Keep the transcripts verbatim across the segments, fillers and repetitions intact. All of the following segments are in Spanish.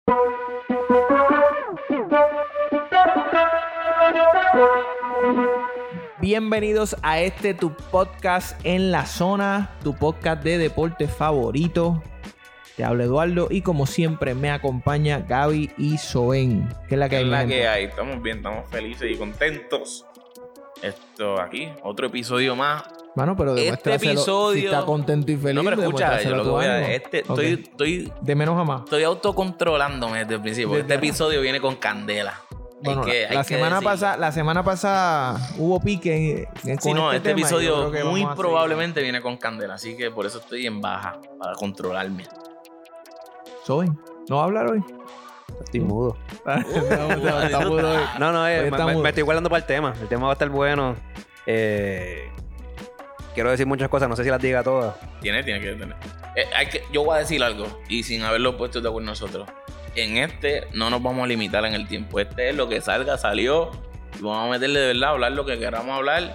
Bienvenidos a este tu podcast en la zona, tu podcast de deportes favorito. Te habla Eduardo y como siempre me acompaña Gaby y Soen. ¿Qué es la que hay? Es la que hay. Estamos bien, estamos felices y contentos. Esto aquí, otro episodio más. Mano, pero este episodio si está contento y feliz. No, pero escucha, yo lo que voy a este, okay. estoy, estoy de menos a más. Estoy autocontrolándome desde el principio. Desde este episodio viene con candela. Bueno, hay que, hay la, que semana pasada, la semana pasada hubo pique en, sí, no, este, este episodio muy probablemente seguir. viene con candela, así que por eso estoy en baja para controlarme. Soy, ¿no va a hablar hoy? Estoy mudo. no, no, no, eh, me, me estoy guardando para el tema. El tema va a estar bueno. Eh, quiero decir muchas cosas, no sé si las diga todas. Tiene, tiene que tener. Eh, hay que, yo voy a decir algo y sin haberlo puesto de acuerdo nosotros. En este no nos vamos a limitar en el tiempo. Este es lo que salga, salió. Y vamos a meterle de verdad, hablar lo que queramos hablar.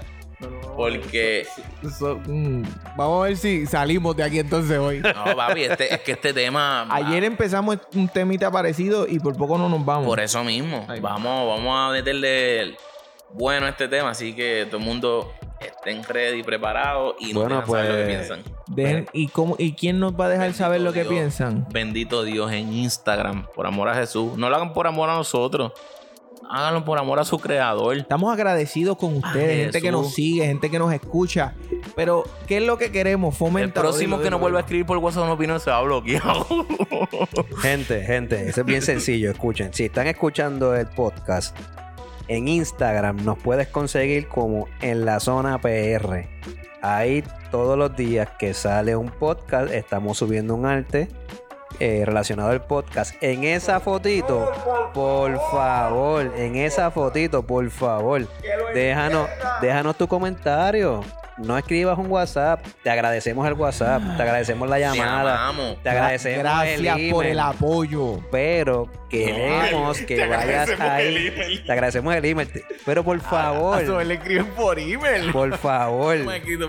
Porque so, so, mm, vamos a ver si salimos de aquí entonces hoy. No, papi, este, es que este tema ayer va. Empezamos un temita parecido y por poco no nos vamos. Por eso mismo. Ay, vamos, vamos a meterle bueno a este tema. Así que todo el mundo estén ready y preparados y no bueno, pues, saber lo que piensan. Dejen, ¿y, cómo, ¿Y quién nos va a dejar bendito saber lo Dios, que piensan? Bendito Dios, en Instagram, por amor a Jesús. No lo hagan por amor a nosotros. Háganlo por amor a su creador. Estamos agradecidos con ustedes, Ay, gente Jesús. que nos sigue, gente que nos escucha. Pero, ¿qué es lo que queremos? Fomentar. El próximo que nos vuelva a escribir por WhatsApp una opinión se va bloqueado. Gente, gente, eso es bien sencillo. Escuchen, si están escuchando el podcast en Instagram, nos puedes conseguir como En La Zona P R. Ahí todos los días que sale un podcast, estamos subiendo un arte eh, relacionado al podcast. En esa fotito, por favor, en esa fotito, por favor, déjanos, déjanos tu comentario. No escribas un WhatsApp. Te agradecemos el WhatsApp. Te agradecemos la llamada. Te agradecemos Gracias el email, por el apoyo. Pero queremos que te vayas ahí. Te agradecemos el email. Pero por favor. A le escriben por email. Por favor.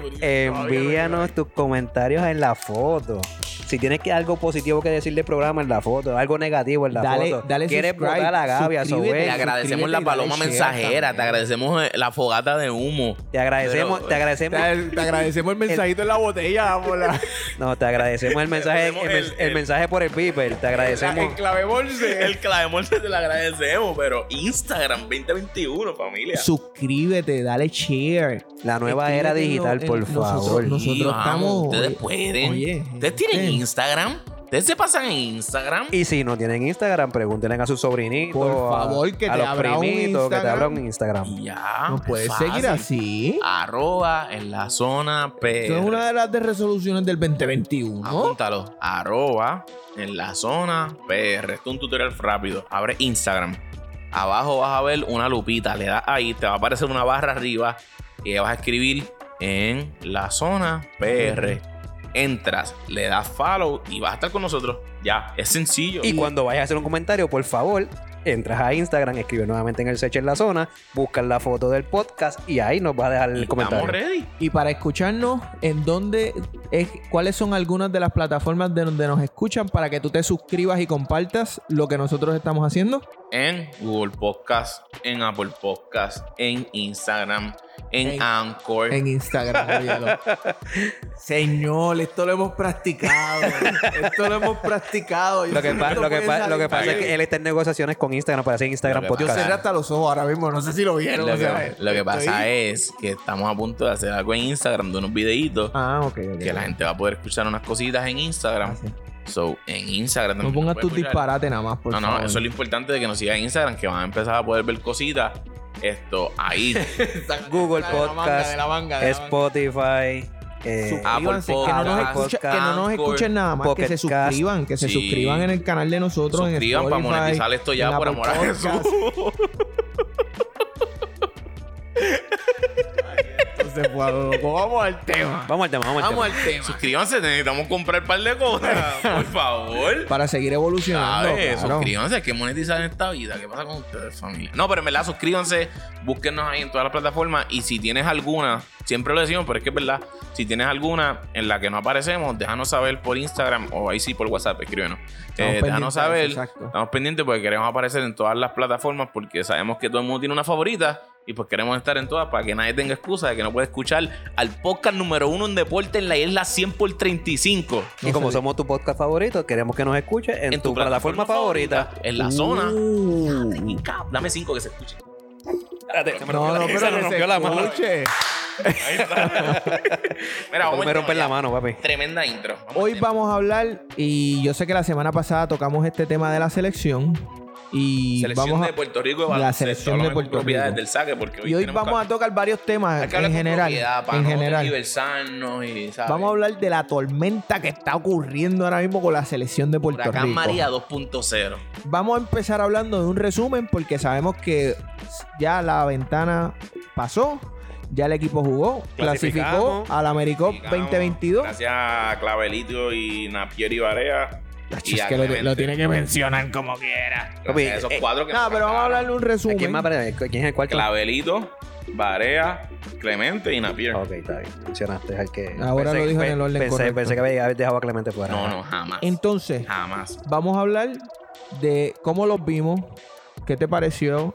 Envíanos tus comentarios en la foto. Si tienes que algo positivo que decir del programa en la foto, algo negativo en la dale, foto. Dale ¿Quieres votar a la Gaby, a Sobe? Te agradecemos la paloma mensajera. Te agradecemos la fogata de humo. Te agradecemos, Pero, te agradecemos. Te, te agradecemos el mensajito el, en la botella, bola. No, te agradecemos el mensaje, el, el, el mensaje por el beeper. Te agradecemos. El clave bolse. El clave bolse te lo agradecemos, pero Instagram veinte veintiuno, familia. Suscríbete, dale share. La nueva era digital, por favor. Nosotros, nosotros vamos, estamos. Ustedes pueden. Oye, ¿Ustedes tienen Instagram? ¿Ustedes se pasan en Instagram? Y si no tienen Instagram, pregúntenle a sus sobrinitos. Por favor, que a, te a los abra primitos, un que te abran un Instagram. Y ya. No puedes fácil. seguir así. Arroba en la zona P R. Eso es una de las de resoluciones del veinte veintiuno. Apúntalo. Arroba en la zona P R. Esto es un tutorial rápido. Abre Instagram. Abajo vas a ver una lupita. Le das ahí. Te va a aparecer una barra arriba. Y vas a escribir en la zona P R. Entras, le das follow y vas a estar con nosotros. Ya, es sencillo. Y cuando vayas a hacer un comentario, por favor, entras a Instagram, escribe nuevamente en el search en la zona, buscas la foto del podcast y ahí nos va a dejar el y comentario. Estamos ready. Y para escucharnos, ¿en dónde es, cuáles son algunas de las plataformas de donde nos escuchan para que tú te suscribas y compartas lo que nosotros estamos haciendo? En Google Podcast, en Apple Podcast, en Instagram, en, en Anchor. En Instagram, óyelo. Señor, esto lo hemos practicado. Esto lo hemos practicado. Lo que, pa- lo, que pa- lo que pasa es que él está en negociaciones con Instagram para hacer Instagram Lo que Podcast. Yo cerré hasta los ojos ahora mismo. No sé si lo vieron. Lo, o sea, que, lo que pasa estoy... es que estamos a punto de hacer algo en Instagram de unos videitos. Ah, ok, ok. Que la gente va a poder escuchar unas cositas en Instagram. Ah, sí. So, en Instagram No también pongas nos tus puede escuchar. disparates nada más, por No, no, favor. eso es lo importante de que nos sigan en Instagram, que van a empezar a poder ver cositas. Esto, ahí. Google De la manga, Podcast, de la manga, de la manga. Spotify, eh, Suscríbanse, Apple que no nos, Podcast, escucha- que no nos Anchor, escuchen nada más, Pocket que se Cast. suscriban, que se Sí. suscriban en el canal de nosotros, Suscriban en para Spotify, monetizar esto ya, en por Apple amor a Jesús. Podcast. Entonces se fue a lo loco. Vamos al tema. Vamos al tema, vamos al Vamos tema. al tema. Suscríbanse, necesitamos comprar un par de cosas. Por favor. Para seguir evolucionando. ¿Sabes? Claro. Suscríbanse, hay que monetizar en esta vida. ¿Qué pasa con ustedes, familia? No, pero en verdad, suscríbanse, búsquennos ahí en todas las plataformas. Y si tienes alguna, siempre lo decimos, pero es que es verdad, si tienes alguna en la que no aparecemos, déjanos saber por Instagram o ahí sí por WhatsApp, escríbenos. Eh, déjanos saber. Exacto. Estamos pendientes porque queremos aparecer en todas las plataformas porque sabemos que todo el mundo tiene una favorita. Y pues queremos estar en todas para que nadie tenga excusa de que no puede escuchar al podcast número uno en deporte en la isla cien por treinta y cinco. Y como somos tu podcast favorito, queremos que nos escuches en, En tu, plataforma, favorita. En la Uh. zona. Dame cinco que se escuche. Espérate, se me No, rompió no, la- pero se me que se rompió la mano. escuche. Ahí está. Mira, vamos Me al rompen tema la ya. mano, papi. Tremenda intro. Vamos Hoy al tema. vamos a hablar, y yo sé que la semana pasada tocamos este tema de la selección. Y Selección vamos a, de Puerto Rico de la baloncesto. selección de Háblame con Puerto propiedades Rico. del saque porque hoy y hoy tenemos vamos que- a tocar varios temas hay que hablar en con general. propiedad para En no general. tergiversarnos y, ¿sabes? Vamos a hablar de la tormenta que está ocurriendo ahora mismo con la selección de Puerto Huracán Rico. María dos punto cero. Vamos a empezar hablando de un resumen porque sabemos que ya la ventana pasó, ya el equipo jugó, clasificó Clasificamos. al AmeriCup veinte veintidós. Gracias a Clavelito y Napier y Barea. Ach, Y es a que lo, Clemente. lo tiene que mencionar como quiera. Gracias Papi, a esos eh, cuatro que No, nos pero vamos a faltaron. hablarle un ¿A resumen. ¿Quién más? Espérate, ¿quién es el cuarto? Clavelito, Barea, Clemente y Napier. Ok, está bien. Mencionaste al que... Ahora pensé- lo dijo en pe- el orden pensé, correcto. pensé que había dejado a Clemente fuera. No, no, jamás. Entonces, Jamás. vamos a hablar de cómo los vimos, qué te pareció,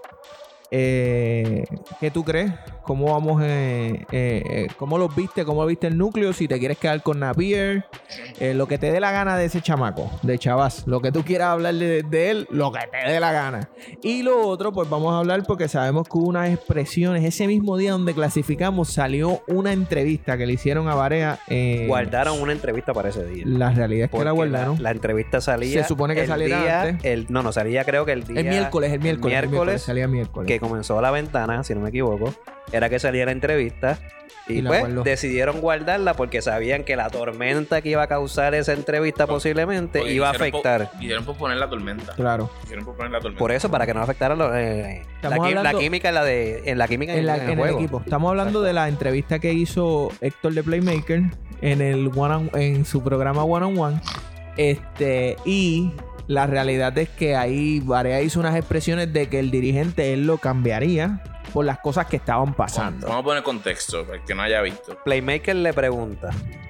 eh, qué tú crees, cómo vamos, eh, eh, eh, cómo los viste, cómo viste el núcleo, si te quieres quedar con Napier, eh, lo que te dé la gana de ese chamaco, de Chavas, lo que tú quieras hablar de, de él, lo que te dé la gana. Y lo otro, pues vamos a hablar porque sabemos que hubo unas expresiones, ese mismo día donde clasificamos salió una entrevista que le hicieron a Barea. eh, Guardaron una entrevista para ese día. La realidad es que Porque la guardaron. La, entrevista salía. Se supone que el saliera día- antes. El, no, no, salía creo que el día. el miércoles, el miércoles, el miércoles, salía miércoles. que comenzó la ventana, si no me equivoco, era que salía la entrevista. Y, Y la pues guardó. decidieron guardarla porque sabían que la tormenta que iba a causar esa entrevista posiblemente Porque iba a quisieron po- afectar. Quisieron posponer la tormenta. Claro. Quisieron posponer la tormenta. Por eso, para que no afectara lo- eh, la, Estamos qui- la hablando- química en la de en la química En, la- en el en el juego. equipo. Estamos hablando de la entrevista que hizo Héctor de Playmaker en el one on- en su programa One on One. Este, y la realidad es que ahí Barea hizo unas expresiones de que el dirigente él lo cambiaría por las cosas que estaban pasando. Vamos a poner contexto para el que no haya visto. Playmaker le pregunta.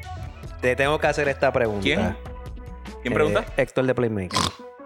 Te tengo que hacer esta pregunta. ¿Quién? ¿Quién Eh, pregunta? Héctor de Playmaker.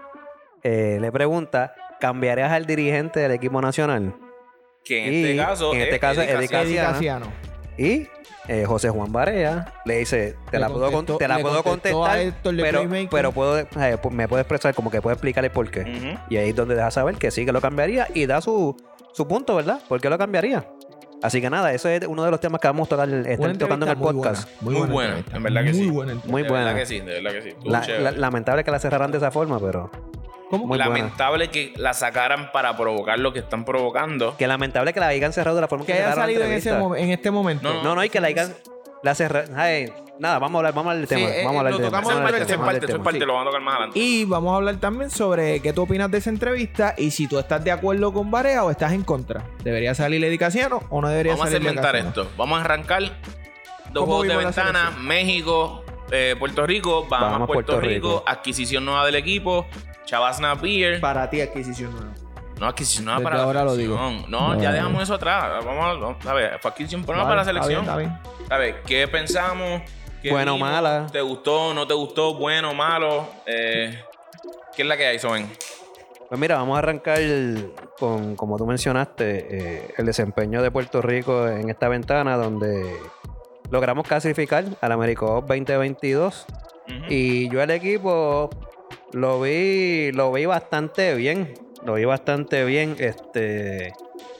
Eh, le pregunta, ¿cambiarías al dirigente del equipo nacional? Que en y este caso en este es caso, Eddie Eddie Casiano. Eddie Casiano. Casiano. Y eh, José Juan Barea le dice, te Le la puedo, con- contestó- te la le puedo contestó a contestar, Héctor de pero, Playmaker. pero puedo, eh, pu- me puede expresar como que puede explicarle por qué. Ujú. Y ahí es donde deja saber que sí, que lo cambiaría y da su, su punto, ¿verdad? ¿Por qué lo cambiaría? Así que nada, eso es uno de los temas que vamos a tocar, estar Una tocando en el entrevista muy podcast. buena, Muy buena, entrevista. en verdad que muy sí. Buena entrevista. Muy de buena. verdad que sí, de verdad que sí. Estuvo La- chévere. la- lamentable que la cerraran de esa forma, pero ¿Cómo? muy buena. Lamentable que la sacaran para provocar lo que están provocando. Que lamentable que la hayan cerrado de la forma Que que haya cerraron la salido en, ese entrevista. momen- en este momento. No, No, no, y que la hayan la cerraron. Ay, nada, vamos a hablar, vamos a hablar del Sí, tema. eh, vamos a hablar lo del tema. tocamos vamos a en hablar parte, del Eso es tema, parte, vamos a eso es hablar parte, Sí. lo vamos a tocar más adelante. Y vamos a hablar también sobre qué tú opinas de esa entrevista y si tú estás de acuerdo con Barea o estás en contra. ¿Debería salir Eddie Casiano o no debería Vamos a salir Eddie segmentar Casiano? esto. Vamos a arrancar dos ¿Cómo juegos de vimos la ventana. selección? México, eh, Puerto Rico. Vamos, Vamos a Puerto, Puerto Rico. Rico. Adquisición nueva del equipo. Chavas Napier. Para ti, adquisición nueva. No, adquisición nueva Desde para la ahora lo selección. No, No, ya no. dejamos eso atrás. Vamos a, vamos a ver. Fue adquisición nueva Vale, para la está selección. bien, está bien. A ver, ¿qué pensamos? ¿Qué Bueno o vimos? mala. ¿Te gustó? ¿No te gustó? ¿Bueno o malo? Eh, ¿Qué es la que hay, Soben? Pues mira, vamos a arrancar con, como tú mencionaste, eh, el desempeño de Puerto Rico en esta ventana donde logramos clasificar al AmeriCup veinte veintidós. Ujú. Y yo el equipo lo vi, lo vi bastante bien. Lo vi bastante bien. Este.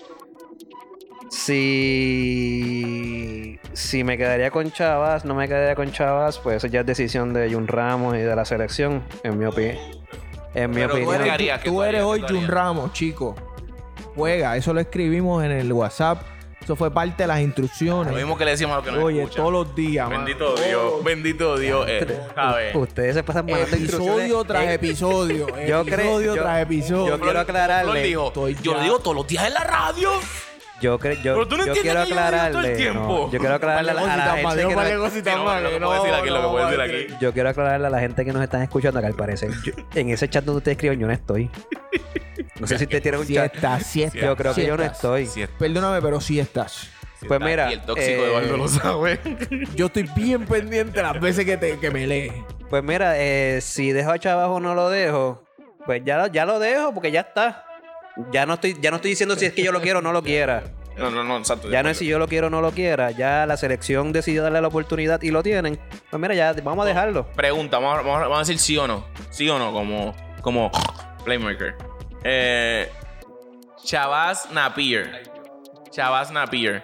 Si, si me quedaría con Chavas, no me quedaría con Chavas, pues eso ya es decisión de Jun Ramos y de la selección, en mi opinión. En mi Pero tú opinión. eres- harías? ¿Qué Tú tú eres harías? hoy ¿Qué tú Jun harías? Ramos, chico. Juega. Eso lo escribimos en el WhatsApp. Eso fue parte de las instrucciones. Lo mismo que le decimos a los que nos Oye, escuchan. todos los días, mano. Bendito Todos Dios, los- bendito Dios. Eh, ¿sabes? Ustedes se pasan mandando instrucciones. Episodio tras Eh, episodio. yo creo- episodio yo- tras episodio. yo quiero aclararle. Flor dijo, Estoy yo ya- lo digo todos los días en la radio. Yo, cre- yo, Pero tú no yo entiendes quiero que yo digo todo el aclararle. tiempo. No, yo quiero aclararle a la, a la gente que Vale, nos, cositas Sí, no, más, no que lo puedo decir aquí, lo que puedo decir vale. aquí. yo quiero aclararle a la gente que nos están escuchando que al parecer yo- en ese chat donde ustedes escriben yo no estoy. No sé si ustedes tienen un Sí chat. estás, sí estás. Yo creo sí que yo no estás. estoy. Sí, sí Perdóname, pero sí estás. Pues está. mira, Y el tóxico eh, de Eduardo lo sabe. Yo estoy bien pendiente las veces que, te, que me lees. Pues mira, eh, si dejo a Chavajo o no lo dejo, pues ya, lo- ya lo dejo porque ya está. Ya no estoy, ya no estoy diciendo si es que yo lo quiero o no lo quiera. No, no, no, exacto. Ya no es si yo lo quiero o no lo quiera. Ya la selección decidió darle la oportunidad y lo tienen. Pues mira, ya vamos a dejarlo. Pregunta, vamos a, vamos a- vamos a decir sí o no. Sí o no, como, como Playmaker. Eh, Shabazz Napier. Shabazz Napier.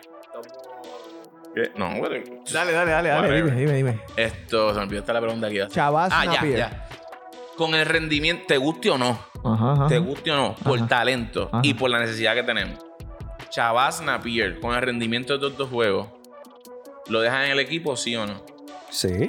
¿Qué? No, güey. Dale, dale, dale, dale. Whatever. Dime, dime, dime. Esto, se me olvidó esta la pregunta aquí. Shabazz Ah, ya, Napier. ya. Con el rendimiento, ¿te guste o no? Ajá, ajá. Te guste o no, por Ajá. talento Ajá. y por la necesidad que tenemos. Shabazz Napier, con el rendimiento de estos dos juegos, ¿lo dejan en el equipo, sí o no? Sí.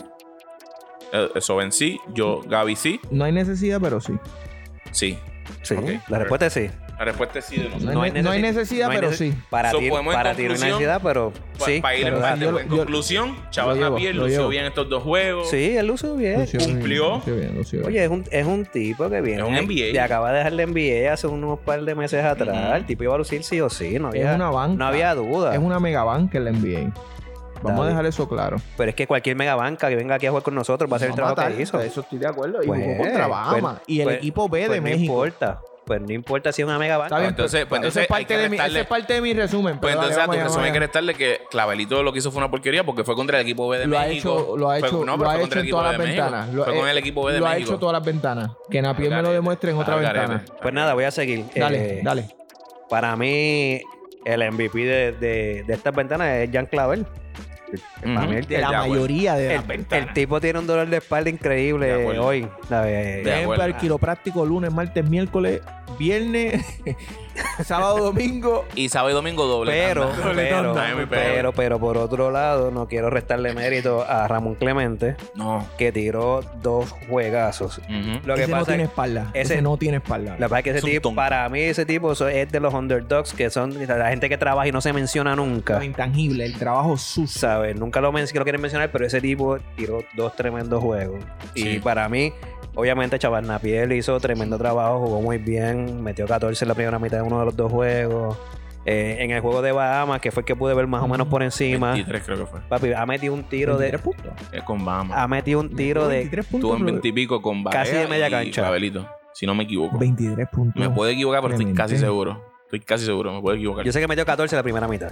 Eh, Eso en sí, yo, Gaby, sí. No hay necesidad, pero sí. Sí. Sí. Ok. La respuesta es sí. La respuesta es sí de nosotros. No hay, ne- no hay necesidad, no hay pero nece- sí. Para So, ti, podemos en para ti no hay conclusión- necesidad, pero Pa- sí. Para ir pero empate, yo- en yo- conclusión, Shabazz llevo, Napier lo lució llevo. bien estos dos juegos. Sí, él lució bien. Lució bien, cumplió. lució bien, lució bien. Oye, es un, es un tipo que viene. Es un N B A. Le acaba de dejar la N B A hace unos par de meses atrás. Ujú. El tipo iba a lucir sí o sí. No Es había, una banca. no había duda. Es una mega banca en la N B A. Vamos Dale. a dejar eso claro. Pero es que cualquier megabanca que venga aquí a jugar con nosotros va a hacer el Vamos a trabajo matar, que hizo. Eso estoy de acuerdo. Y Pues, jugó contra Bahamas. pues, y el pues, equipo B de pues México. No importa. Pues no importa si es una megabanca. Está bien, entonces- pues pero- entonces eso es hay parte que de mi, restarle- eso es parte de mi resumen. Pues pero dale, entonces a tu vamos allá, resumen hay que vamos allá. restarle que Clavelito lo que hizo fue una porquería porque fue contra el equipo B de Lo ha México. hecho, lo ha Fue- hecho, no, lo pero ha fue hecho contra el en equipo todas B las de México. ventanas. Lo, Fue con eh, el equipo B de lo ha México. hecho todas las ventanas. Que Napier me lo Al demuestre en otra garete, al ventana. garete. Pues nada, voy a seguir. Dale, Eh, dale. Para mí, el M V P de, de, de estas ventanas es Jan Clavel. Ujú. Para mí, el, De la de acuerdo. mayoría de el- las ventanas. el tipo tiene un dolor de espalda increíble De acuerdo. hoy. ¿sabes? De Ven acuerdo. para el quiropráctico lunes, martes, miércoles, viernes, sábado, domingo. Y sábado y domingo doble. Pero, tanda. pero, tanda. Ay, mi peor. pero, pero por otro lado, no quiero restarle mérito a Ramón Clemente, No. que tiró dos juegazos. Ujú. Lo que ese no pasa tiene es, espalda. ese- Ese, no tiene espalda. la verdad es que Es ese un tipo, tonto. para mí, ese tipo so- es de los underdogs que son la gente que trabaja y no se menciona nunca. Lo intangible, el trabajo sucio. ¿Sabes? Nunca lo, men- lo quieren mencionar, pero ese tipo tiró dos tremendos juegos. Sí. Y para mí, obviamente, Chaval Napier hizo tremendo trabajo, jugó muy bien, metió catorce en la primera mitad de uno de los dos juegos. Eh, en el juego de Bahamas, que fue el que pude ver más o menos por encima, veintitrés creo que fue. papi, ha metido un tiro de. veintitrés puntos. Es con Bahamas. Ha metido un tiro de. veintitrés puntos. Estuvo en veinte y pico con Barea Casi de media y cancha. Clavelito. Si no me equivoco. veintitrés puntos. Me puedo equivocar, pero estoy Clemente. casi seguro. Estoy casi seguro, me puedo equivocar. Yo sé que metió catorce en la primera mitad.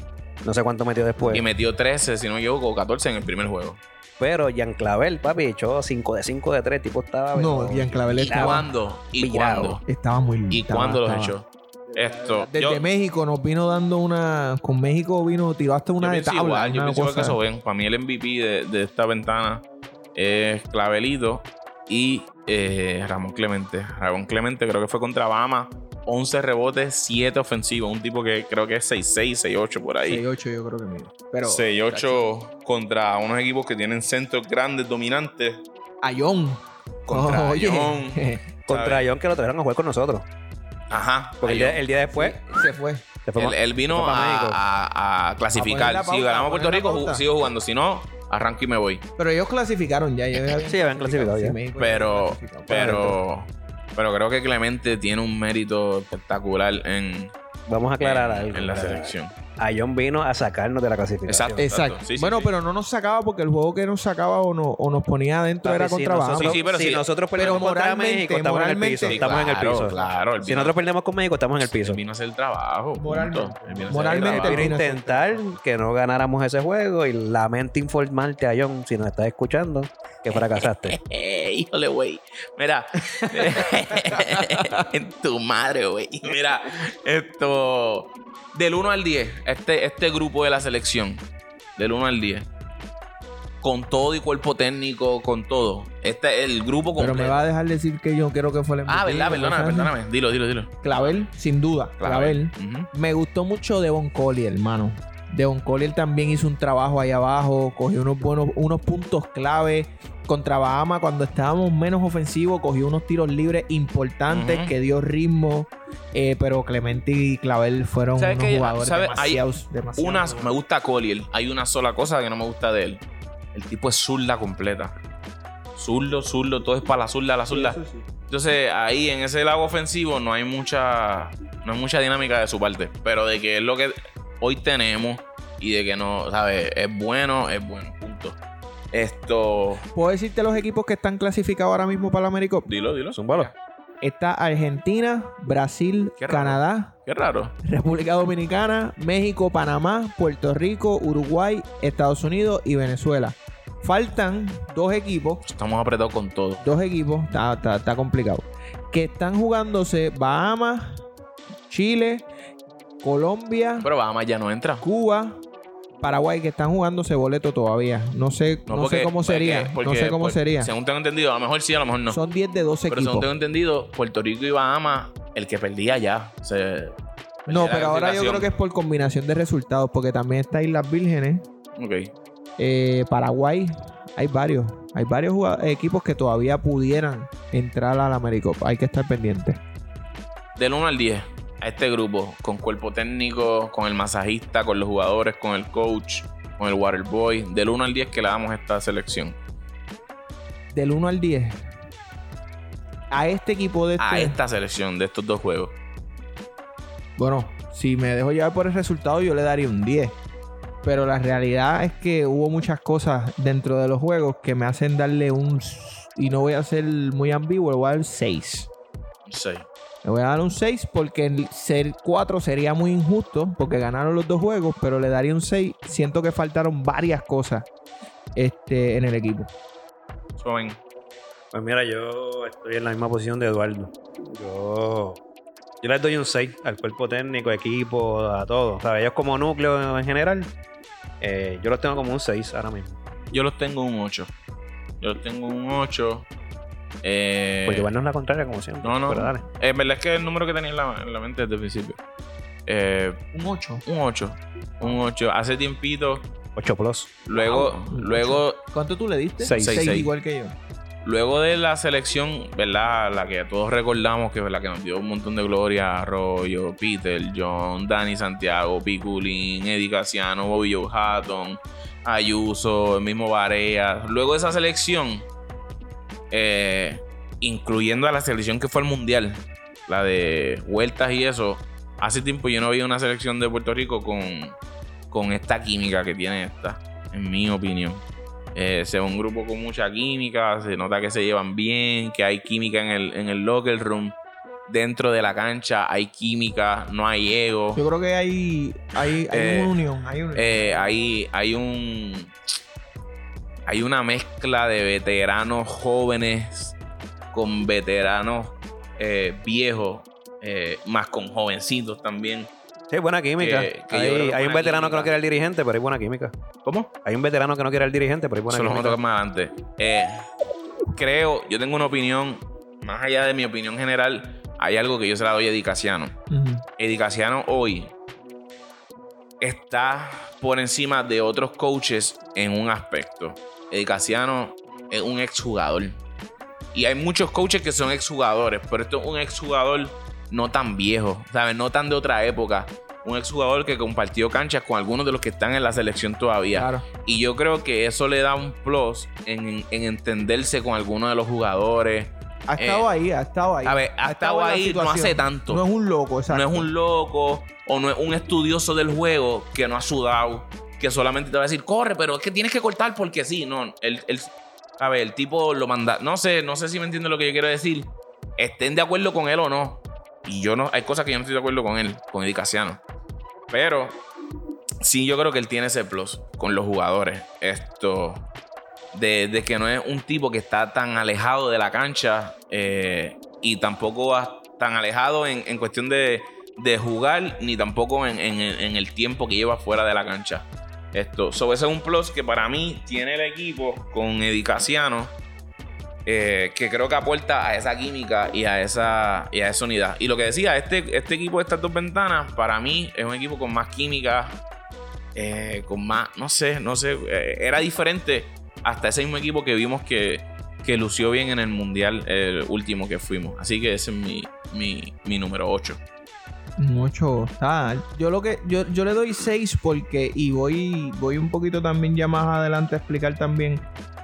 No sé cuánto metió después. Y metió trece, si no me equivoco, o catorce en el primer juego. Pero Jan Clavel, papi, echó cinco de cinco de tres. El tipo estaba. No, pero- Jan Clavel ¿Y estaba, cuándo? ¿Y virado. cuándo? estaba muy ¿Y estaba- cuándo los estaba- echó? Esto. Desde yo, México nos vino dando una. Con México vino, tiró hasta una yo de pienso tabla. igual, yo una pienso igual que cosa- eso ven. Para mí el M V P de, de esta ventana es Clavelito y eh, Ramón Clemente. Ramón Clemente creo que fue contra Bahamas. once rebotes, siete ofensivos. Un tipo que creo que es seis seis, seis ocho por ahí. seis ocho yo creo que mide. Pero. seis ocho contra unos equipos que tienen centros grandes, dominantes. Ayón. Contra Oye. Ayón. Contra ¿sabes? John, que lo trajeron a jugar con nosotros. Ajá. Porque el Ayón. día, el día después. Se fue. se fue Él, ma- él vino se fue pa' a, México. a- a clasificar. A poner la si pauta, ganamos a Puerto poner la Rico, ju- pauta. sigo jugando. Si no, arranco y me voy. Pero ellos clasificaron ya. ellos habían Sí, habían clasificado ya. México Pero, había clasificado. pero, pero creo que Clemente tiene un mérito espectacular en, Vamos a aclarar en, algo. en la ¿verdad? selección. A John vino a sacarnos de la clasificación. Exacto. Exacto. Sí, sí, bueno, sí. pero no nos sacaba porque el juego que nos sacaba o, no, o nos ponía adentro Papi, era si contra nosotros- Bahamas. Sí, sí, pero si sí. nosotros Pero perdemos contra moralmente, México, estamos en el moralmente, piso. sí, Estamos en el claro, piso. Claro. él Si vino- nosotros perdemos con México, estamos en el piso. él vino a hacer el trabajo. punto. Moralmente. Él vino a hacer el Moralmente, trabajo. Vino a vino a intentar que no ganáramos ese juego y lamento informarte a John, si nos estás escuchando, que fracasaste. Eh, híjole, güey. Mira. En tu madre, güey. Mira, esto. Del uno al diez, este, este grupo de la selección. Del uno al diez. Con todo y cuerpo técnico, con todo. Este es el grupo completo. Pero me va a dejar decir que yo creo que fue el M V P. Ah, verdad, perdóname, ¿sabes? perdóname. Dilo, dilo, dilo. Clavel, sin duda. Clavel. Ujú. Me gustó mucho Devon Collier, hermano. Devon Collier también hizo un trabajo ahí abajo, cogió unos buenos, unos puntos clave contra Bahamas cuando estábamos menos ofensivos, cogió unos tiros libres importantes Ujú. que dio ritmo. Eh, pero Clemente y Clavel fueron unos que, jugadores ¿sabe? demasiados, Hay demasiados unas, buenos. me gusta Collier. Hay una sola cosa que no me gusta de él. El tipo es zurda completa. Zurdo, zurdo, todo es para la zurda, la zurda. Sí, eso sí. Entonces, ahí en ese lado ofensivo no hay mucha no hay mucha dinámica de su parte. Pero de que es lo que hoy tenemos y de que no, ¿sabes? Es bueno, es bueno, punto. Esto... ¿Puedo decirte los equipos que están clasificados ahora mismo para la AmeriCup? Dilo, dilo. Zúmbalo. Está Argentina, Brasil, Qué raro. Canadá, Qué raro. República Dominicana, México, Panamá, Puerto Rico, Uruguay, Estados Unidos y Venezuela. Faltan dos equipos, Estamos apretados con todo. dos equipos, está, está, está complicado, que están jugándose Bahamas, Chile, Colombia, Pero Bahamas ya no entra. Cuba, Paraguay, que están jugándose boleto todavía. No sé, no, porque- sé cómo sería. porque- no sé cómo porque, sería. Según tengo entendido, a lo mejor sí, a lo mejor no. Son diez de doce Pero según equipos. tengo entendido, Puerto Rico y Bahamas, el que perdía ya. Se, No, perdía la pero ahora yo clasificación. creo que es por combinación de resultados, porque también está Islas Vírgenes, Ok. eh, Paraguay. Hay varios. Hay varios jugad- equipos que todavía pudieran entrar a la AmeriCup. Hay que estar pendientes. Del uno al diez, a este grupo, con cuerpo técnico, con el masajista, con los jugadores, con el coach, con el waterboy. Del uno al diez que le damos a esta selección. Del uno al diez. A este equipo de este... A esta selección de estos dos juegos. Bueno, si me dejo llevar por el resultado, yo le daría un diez. Pero la realidad es que hubo muchas cosas dentro de los juegos que me hacen darle un... Y no voy a ser muy ambiguo, le voy a dar un seis. Un seis. Le voy a dar un seis porque el ser cuatro sería muy injusto porque ganaron los dos juegos, pero le daría un seis. Siento que faltaron varias cosas este, en el equipo. Joven. Pues mira, yo estoy en la misma posición de Eduardo. Yo, yo les doy un seis al cuerpo técnico, equipo, a todo. O sea, ellos como núcleo en general, eh, yo los tengo como un seis ahora mismo. Yo los tengo un ocho. Yo los tengo un ocho. Eh, Porque igual no es la contraria, como siempre. No, no. Pero dale. En verdad es que el número que tenía en la, en la mente desde el principio. Eh, Un ocho. un ocho. Un ocho. Hace tiempito. ocho plus. Luego, Wow. luego, ¿Cuánto tú le diste? Seis. Seis, seis. igual que yo. luego de la selección, ¿verdad? La que todos recordamos, que es la que nos dio un montón de gloria. Arroyo, Peter, John, Dani Santiago, Piculín, Eddie Casiano, Bobby Joe Hatton, Ayuso, el mismo Barea. Luego de esa selección, eh, incluyendo a la selección que fue al Mundial, la de vueltas y eso, hace tiempo yo no había una selección de Puerto Rico con, con esta química que tiene esta, en mi opinión. Eh, se ve un grupo con mucha química, se nota que se llevan bien, que hay química en el, en el locker room. Dentro de la cancha hay química, no hay ego. Yo creo que hay, hay, hay Eh, una unión. Hay, una... Eh, hay, hay un. Hay una mezcla de veteranos jóvenes con veteranos eh, viejos, eh, más con jovencitos también. Sí, buena química. Que- que yo hay creo que hay un buena veterano que no química. quiere el dirigente, pero hay buena química. ¿Cómo? Hay un veterano que no quiere el dirigente, pero hay buena Eso lo vamos a química. tocar más adelante. Eh, creo, yo tengo una opinión, más allá de mi opinión general, hay algo que yo se la doy a Eddie Casiano. Ujú. Eddie Casiano hoy está por encima de otros coaches en un aspecto. Eddie Casiano es un exjugador. Y hay muchos coaches que son exjugadores, pero esto es un exjugador no tan viejo, ¿sabes? No tan de otra época. Un exjugador que compartió canchas con algunos de los que están en la selección todavía. Claro. Y yo creo que eso le da un plus en, en entenderse con algunos de los jugadores. Ha estado Eh, ahí, ha estado ahí. A ver, ha estado en la ahí no situación. hace tanto. No es un loco, exacto. No es un loco o no es un estudioso del juego que no ha sudado, que solamente te va a decir, corre, pero es que tienes que cortar porque sí. No, el, el, a ver, el tipo lo manda. No sé, no sé si me entienden lo que yo quiero decir. Estén de acuerdo con él o no. Y yo no, hay cosas que yo no estoy de acuerdo con él, con Eddie Casiano. Pero sí, yo creo que él tiene ese plus con los jugadores. Esto. De, de que no es un tipo que está tan alejado de la cancha eh, y tampoco va tan alejado en, en cuestión de, de jugar, ni tampoco en, en- en el tiempo que lleva fuera de la cancha. Esto, so, ese es un plus que para mí tiene el equipo con Eddie Casiano, eh, que creo que aporta a esa química y a esa, y a esa unidad. Y lo que decía, este, este equipo de estas dos ventanas, para mí es un equipo con más química, eh, con más, no sé, no sé, eh, era diferente hasta ese mismo equipo que vimos que, que lució bien en el mundial el último que fuimos. Así que ese es mi, mi, mi número ocho. ocho. Ah, yo lo que yo, yo le doy seis porque y voy voy un poquito también ya más adelante a explicar también.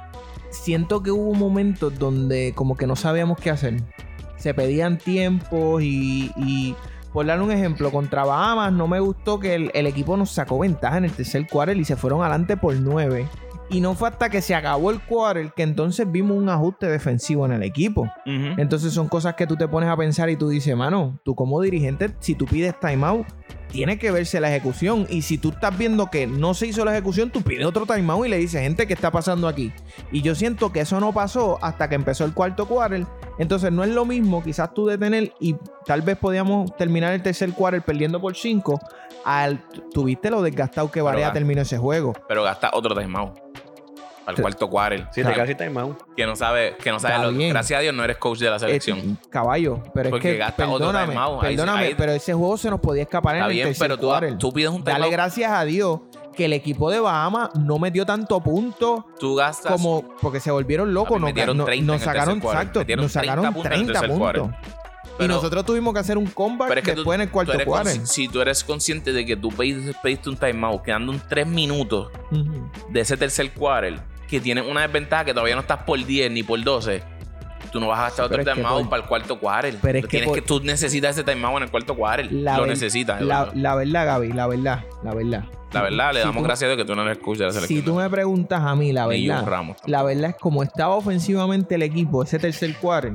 Siento que hubo momentos donde como que no sabíamos qué hacer. Se pedían tiempos y, y por dar un ejemplo, contra Bahamas no me gustó que el, el equipo nos sacó ventaja en el tercer quarter y se fueron adelante por nueve. Y no fue hasta que se acabó el quarter que entonces vimos un ajuste defensivo en el equipo. Uh-huh. Entonces son cosas que tú te pones a pensar y tú dices, mano, tú como dirigente, si tú pides timeout, tiene que verse la ejecución. Y si tú estás viendo que no se hizo la ejecución, tú pides otro timeout y le dices, gente, ¿qué está pasando aquí? Y yo siento que eso no pasó hasta que empezó el cuarto quarter. Entonces no es lo mismo quizás tú detener y tal vez podíamos terminar el tercer quarter perdiendo por cinco. Al, tuviste lo desgastado que Barea terminó ese juego. Pero gasta otro timeout. Al sí. cuarto quarter. Sí, te casi timeout. Que no sabe, que no sabe lo, gracias a Dios no eres coach de la selección. Eh, caballo, pero porque es que gasta perdóname, otro timeout. perdóname, ahí, ahí, pero ese juego se nos podía escapar en el bien, tercer pero tú, quarter. tú pides un timeout. Dale gracias a Dios que el equipo de Bahamas no metió tanto punto. Tú gastas como porque se volvieron locos, nos, metieron no, treinta nos sacaron exacto, nos sacaron treinta puntos. Pero, y nosotros tuvimos que hacer un comeback es que después tú, en el cuarto quarter. Si tú eres consciente de que tú pediste, pediste un timeout quedando un tres minutos uh-huh. de ese tercer quarter, que tienes una desventaja que todavía no estás por diez ni por doce, tú no vas a gastar sí, otro timeout por... para el cuarto quarter. Pero es que, tienes por... que tú necesitas ese timeout en el cuarto quarter. La lo ver... necesitas. La, la verdad, Gaby, la verdad, la verdad. La verdad, le damos si tú... gracias a Dios que tú no eres coach de la selección. Si tú me preguntas a mí, la verdad, Ramos, la verdad es como estaba ofensivamente el equipo ese tercer quarter.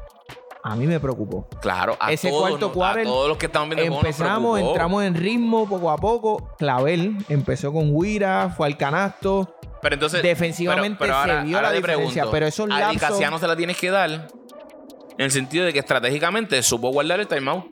A mí me preocupó. Claro, a ese todos, cuarto quarter, a todos los que estaban viendo empezamos, entramos en ritmo poco a poco. Clavel empezó con Guira, fue al canasto. Pero entonces, defensivamente pero, pero ahora, se vio ahora la diferencia. Pregunto, pero esos a lapsos... Dicasiano se la tienes que dar en el sentido de que estratégicamente supo guardar el timeout.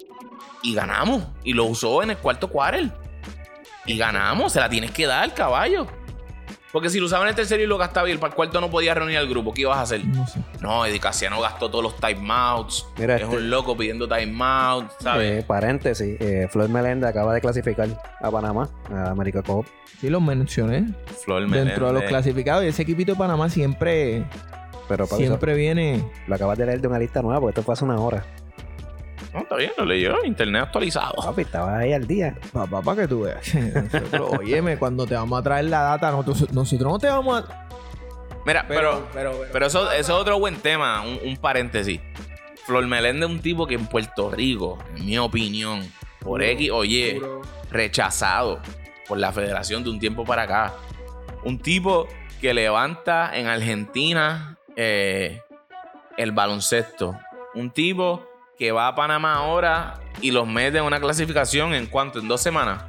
Y ganamos. Y lo usó en el cuarto quarter. Y ganamos. Se la tienes que dar, caballo. Porque si lo usaba en el tercero y lo gastaba y el para el cuarto no podía reunir al grupo, ¿qué ibas a hacer? No sé. No, Eddie Casiano gastó todos los timeouts. Mira, es este, un loco pidiendo timeouts, ¿sabes? Eh, paréntesis, eh, Flor Meléndez acaba de clasificar a Panamá, a América Cup. Sí, los mencioné. Flor Meléndez. Dentro de los clasificados. Y ese equipito de Panamá siempre... Pero siempre eso, viene... Lo acabas de leer de una lista nueva porque esto fue hace una hora. No, está bien, lo leyó. Internet actualizado. Papi, estaba ahí al día. Papá, para que tú veas. Nosotros, óyeme, cuando te vamos a traer la data, nosotros, nosotros no te vamos a... Mira, pero, pero, pero, pero eso, eso es otro buen tema. Un, un paréntesis. Flor Meléndez es un tipo que en Puerto Rico, en mi opinión, por X o Y, rechazado por la federación de un tiempo para acá. Un tipo que levanta en Argentina eh, el baloncesto. Un tipo... que va a Panamá ahora y los mete en una clasificación en cuánto, en dos semanas.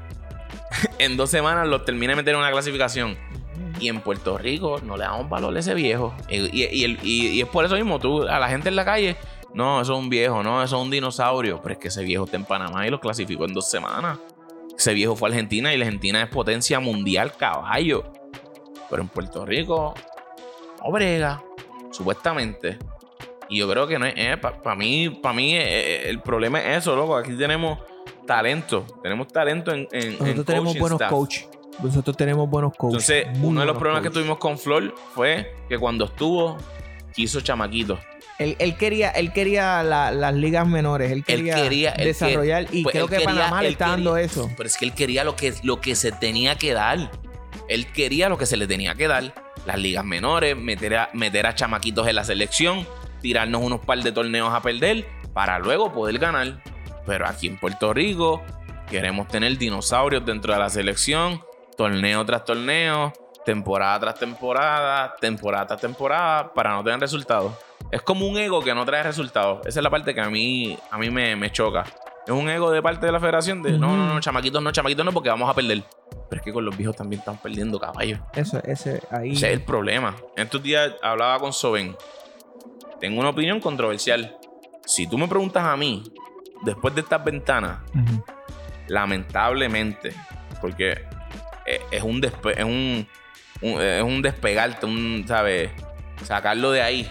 En dos semanas los termina de meter en una clasificación. Y en Puerto Rico no le damos valor a ese viejo. Y, y, y, el, y, y es por eso mismo, tú a la gente en la calle, no, eso es un viejo, no, eso es un dinosaurio. Pero es que ese viejo está en Panamá y los clasificó en dos semanas. Ese viejo fue a Argentina y la Argentina es potencia mundial, caballo. Pero en Puerto Rico no brega, supuestamente. Y yo creo que no es, eh, para pa mí, para mí eh, el problema es eso, loco. Aquí tenemos talento, tenemos talento en, en Nosotros en tenemos buenos coaches. Nosotros tenemos buenos coaches. Entonces, uno de los problemas coaches. que tuvimos con Flor fue que cuando estuvo, quiso chamaquitos. Él, él quería, él quería la, las ligas menores, él quería, él quería desarrollar él, y pues creo que quería, Panamá le está quería, dando eso. Pero es que él quería lo que, lo que se tenía que dar. Él quería lo que se le tenía que dar. Las ligas menores, meter a, meter a chamaquitos en la selección, tirarnos unos par de torneos a perder para luego poder ganar. Pero aquí en Puerto Rico queremos tener dinosaurios dentro de la selección, torneo tras torneo, temporada tras temporada, temporada tras temporada, para no tener resultados. Es como un ego que no trae resultados. Esa es la parte que a mí, a mí me, me choca. Es un ego de parte de la federación de uh-huh. no, no, no, chamaquitos no, chamaquitos no, porque vamos a perder. Pero es que con los viejos también están perdiendo, caballos. Eso, ese, ahí. Ese es el problema. En estos días hablaba con Soben. Tengo una opinión controversial. Si tú me preguntas a mí, después de estas ventanas, uh-huh. lamentablemente, porque es un, despe- es un, un, es un despegarte, un, ¿sabes? Sacarlo de ahí.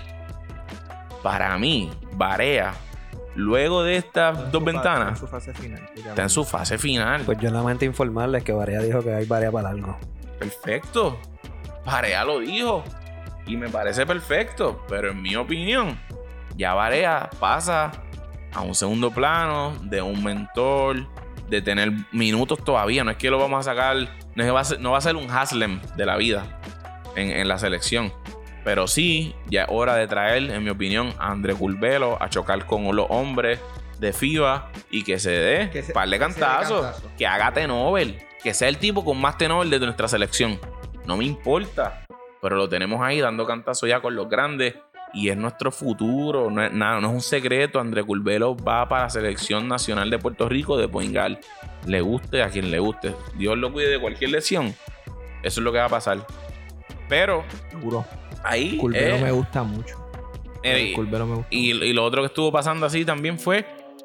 Para mí, Barea, luego de estas dos ventanas, está en su fase final. Está en su fase final. Pues yo solamente informarles que Barea dijo que hay Barea para algo. Perfecto. Barea lo dijo. Y me parece perfecto, pero en mi opinión, ya Barea pasa a un segundo plano de un mentor, de tener minutos todavía. No es que lo vamos a sacar, no, es que va, a ser, no va a ser un Haslem de la vida en, en la selección. Pero sí, ya es hora de traer, en mi opinión, a André Curbelo a chocar con los hombres de FIBA y que se dé Que se- par de que se dé cantazos, cantazo. que haga T-Nobel, que sea el tipo con más T-Nobel de nuestra selección. No me importa, pero lo tenemos ahí dando cantazos ya con los grandes y es nuestro futuro. No es nada, no es un secreto. André Curbelo va para la selección nacional de Puerto Rico de point guard. Le guste a quien le guste. Dios lo cuide de cualquier lesión. Eso es lo que va a pasar. Pero Seguro. ahí Curbelo eh, me gusta mucho. eh, Curbelo me gusta. y, y lo otro que estuvo pasando así también fue